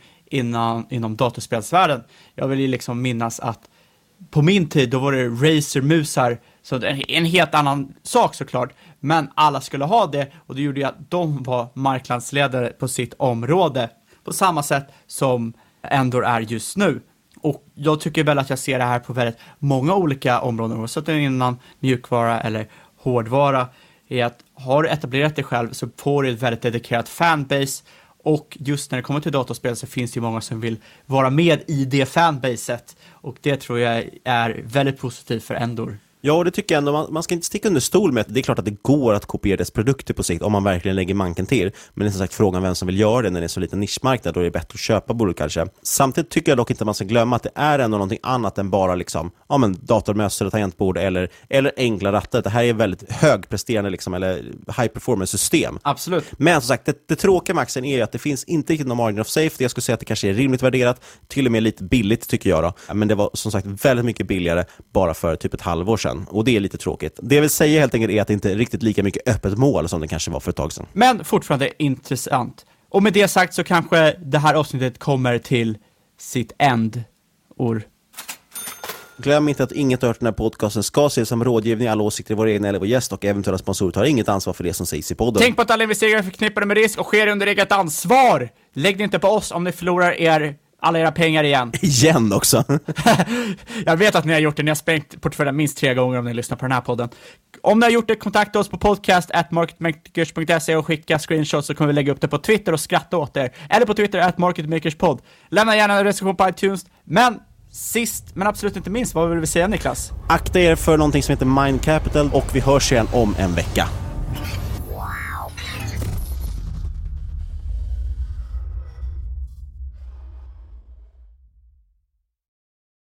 inom datorspelsvärlden. Jag vill ju liksom minnas att på min tid då var det Razer-musar, så det är en helt annan sak såklart, men alla skulle ha det, och det gjorde ju att de var marknadsledare på sitt område på samma sätt som Endor är just nu. Och jag tycker väl att jag ser det här på väldigt många olika områden, så att det är innan mjukvara eller hårdvara, är att har du etablerat dig själv så får du ett väldigt dedikerat fanbase, och just när det kommer till datorspel så finns det ju många som vill vara med i det fanbaset, och det tror jag är väldigt positivt för Endor. Ja, och det tycker jag ändå, man ska inte sticka under stol med att det är klart att det går att kopiera dess produkter på sikt om man verkligen lägger manken till. Men det är som sagt frågan vem som vill göra det när det är så liten nischmarknad, då är det bättre att köpa bolag kanske. Samtidigt tycker jag dock inte att man ska glömma att det är ändå någonting annat än bara liksom, datormöss eller tangentbord eller enkla rattar. Det här är väldigt högpresterande liksom, eller high performance system. Absolut. Men som sagt, det tråkiga med aktien är ju att det finns inte riktigt någon margin of safety. Jag skulle säga att det kanske är rimligt värderat, till och med lite billigt tycker jag då. Men det var som sagt väldigt mycket billigare bara för typ ett halvår sedan. Och det är lite tråkigt. Det jag vill säga helt enkelt är att det inte är riktigt lika mycket öppet mål som det kanske var för ett tag sedan. Men fortfarande intressant. Och med det sagt så kanske det här avsnittet kommer till sitt ändår. Glöm inte att inget av den här podcasten ska ses som rådgivning. Alla åsikter i vår egen eller vår gäst och eventuella sponsorer tar inget ansvar för det som sägs i podden. Tänk på att alla investeringar är förknippade med risk och sker under eget ansvar. Lägg det inte på oss om ni förlorar alla era pengar igen. Igen också. Jag vet att ni har gjort det. Ni har sprängt portföljen minst 3 gånger om ni lyssnar på den här podden. Om ni har gjort det, kontakta oss på podcast@marketmakers.se och skicka screenshots, så kommer vi lägga upp det på Twitter och skratta åt er. Eller på Twitter @marketmakerspod. Lämna gärna en recension på iTunes. Men sist, men absolut inte minst, vad vill vi säga, Niklas? Akta er för någonting som heter Mind Capital, och vi hörs igen om en vecka.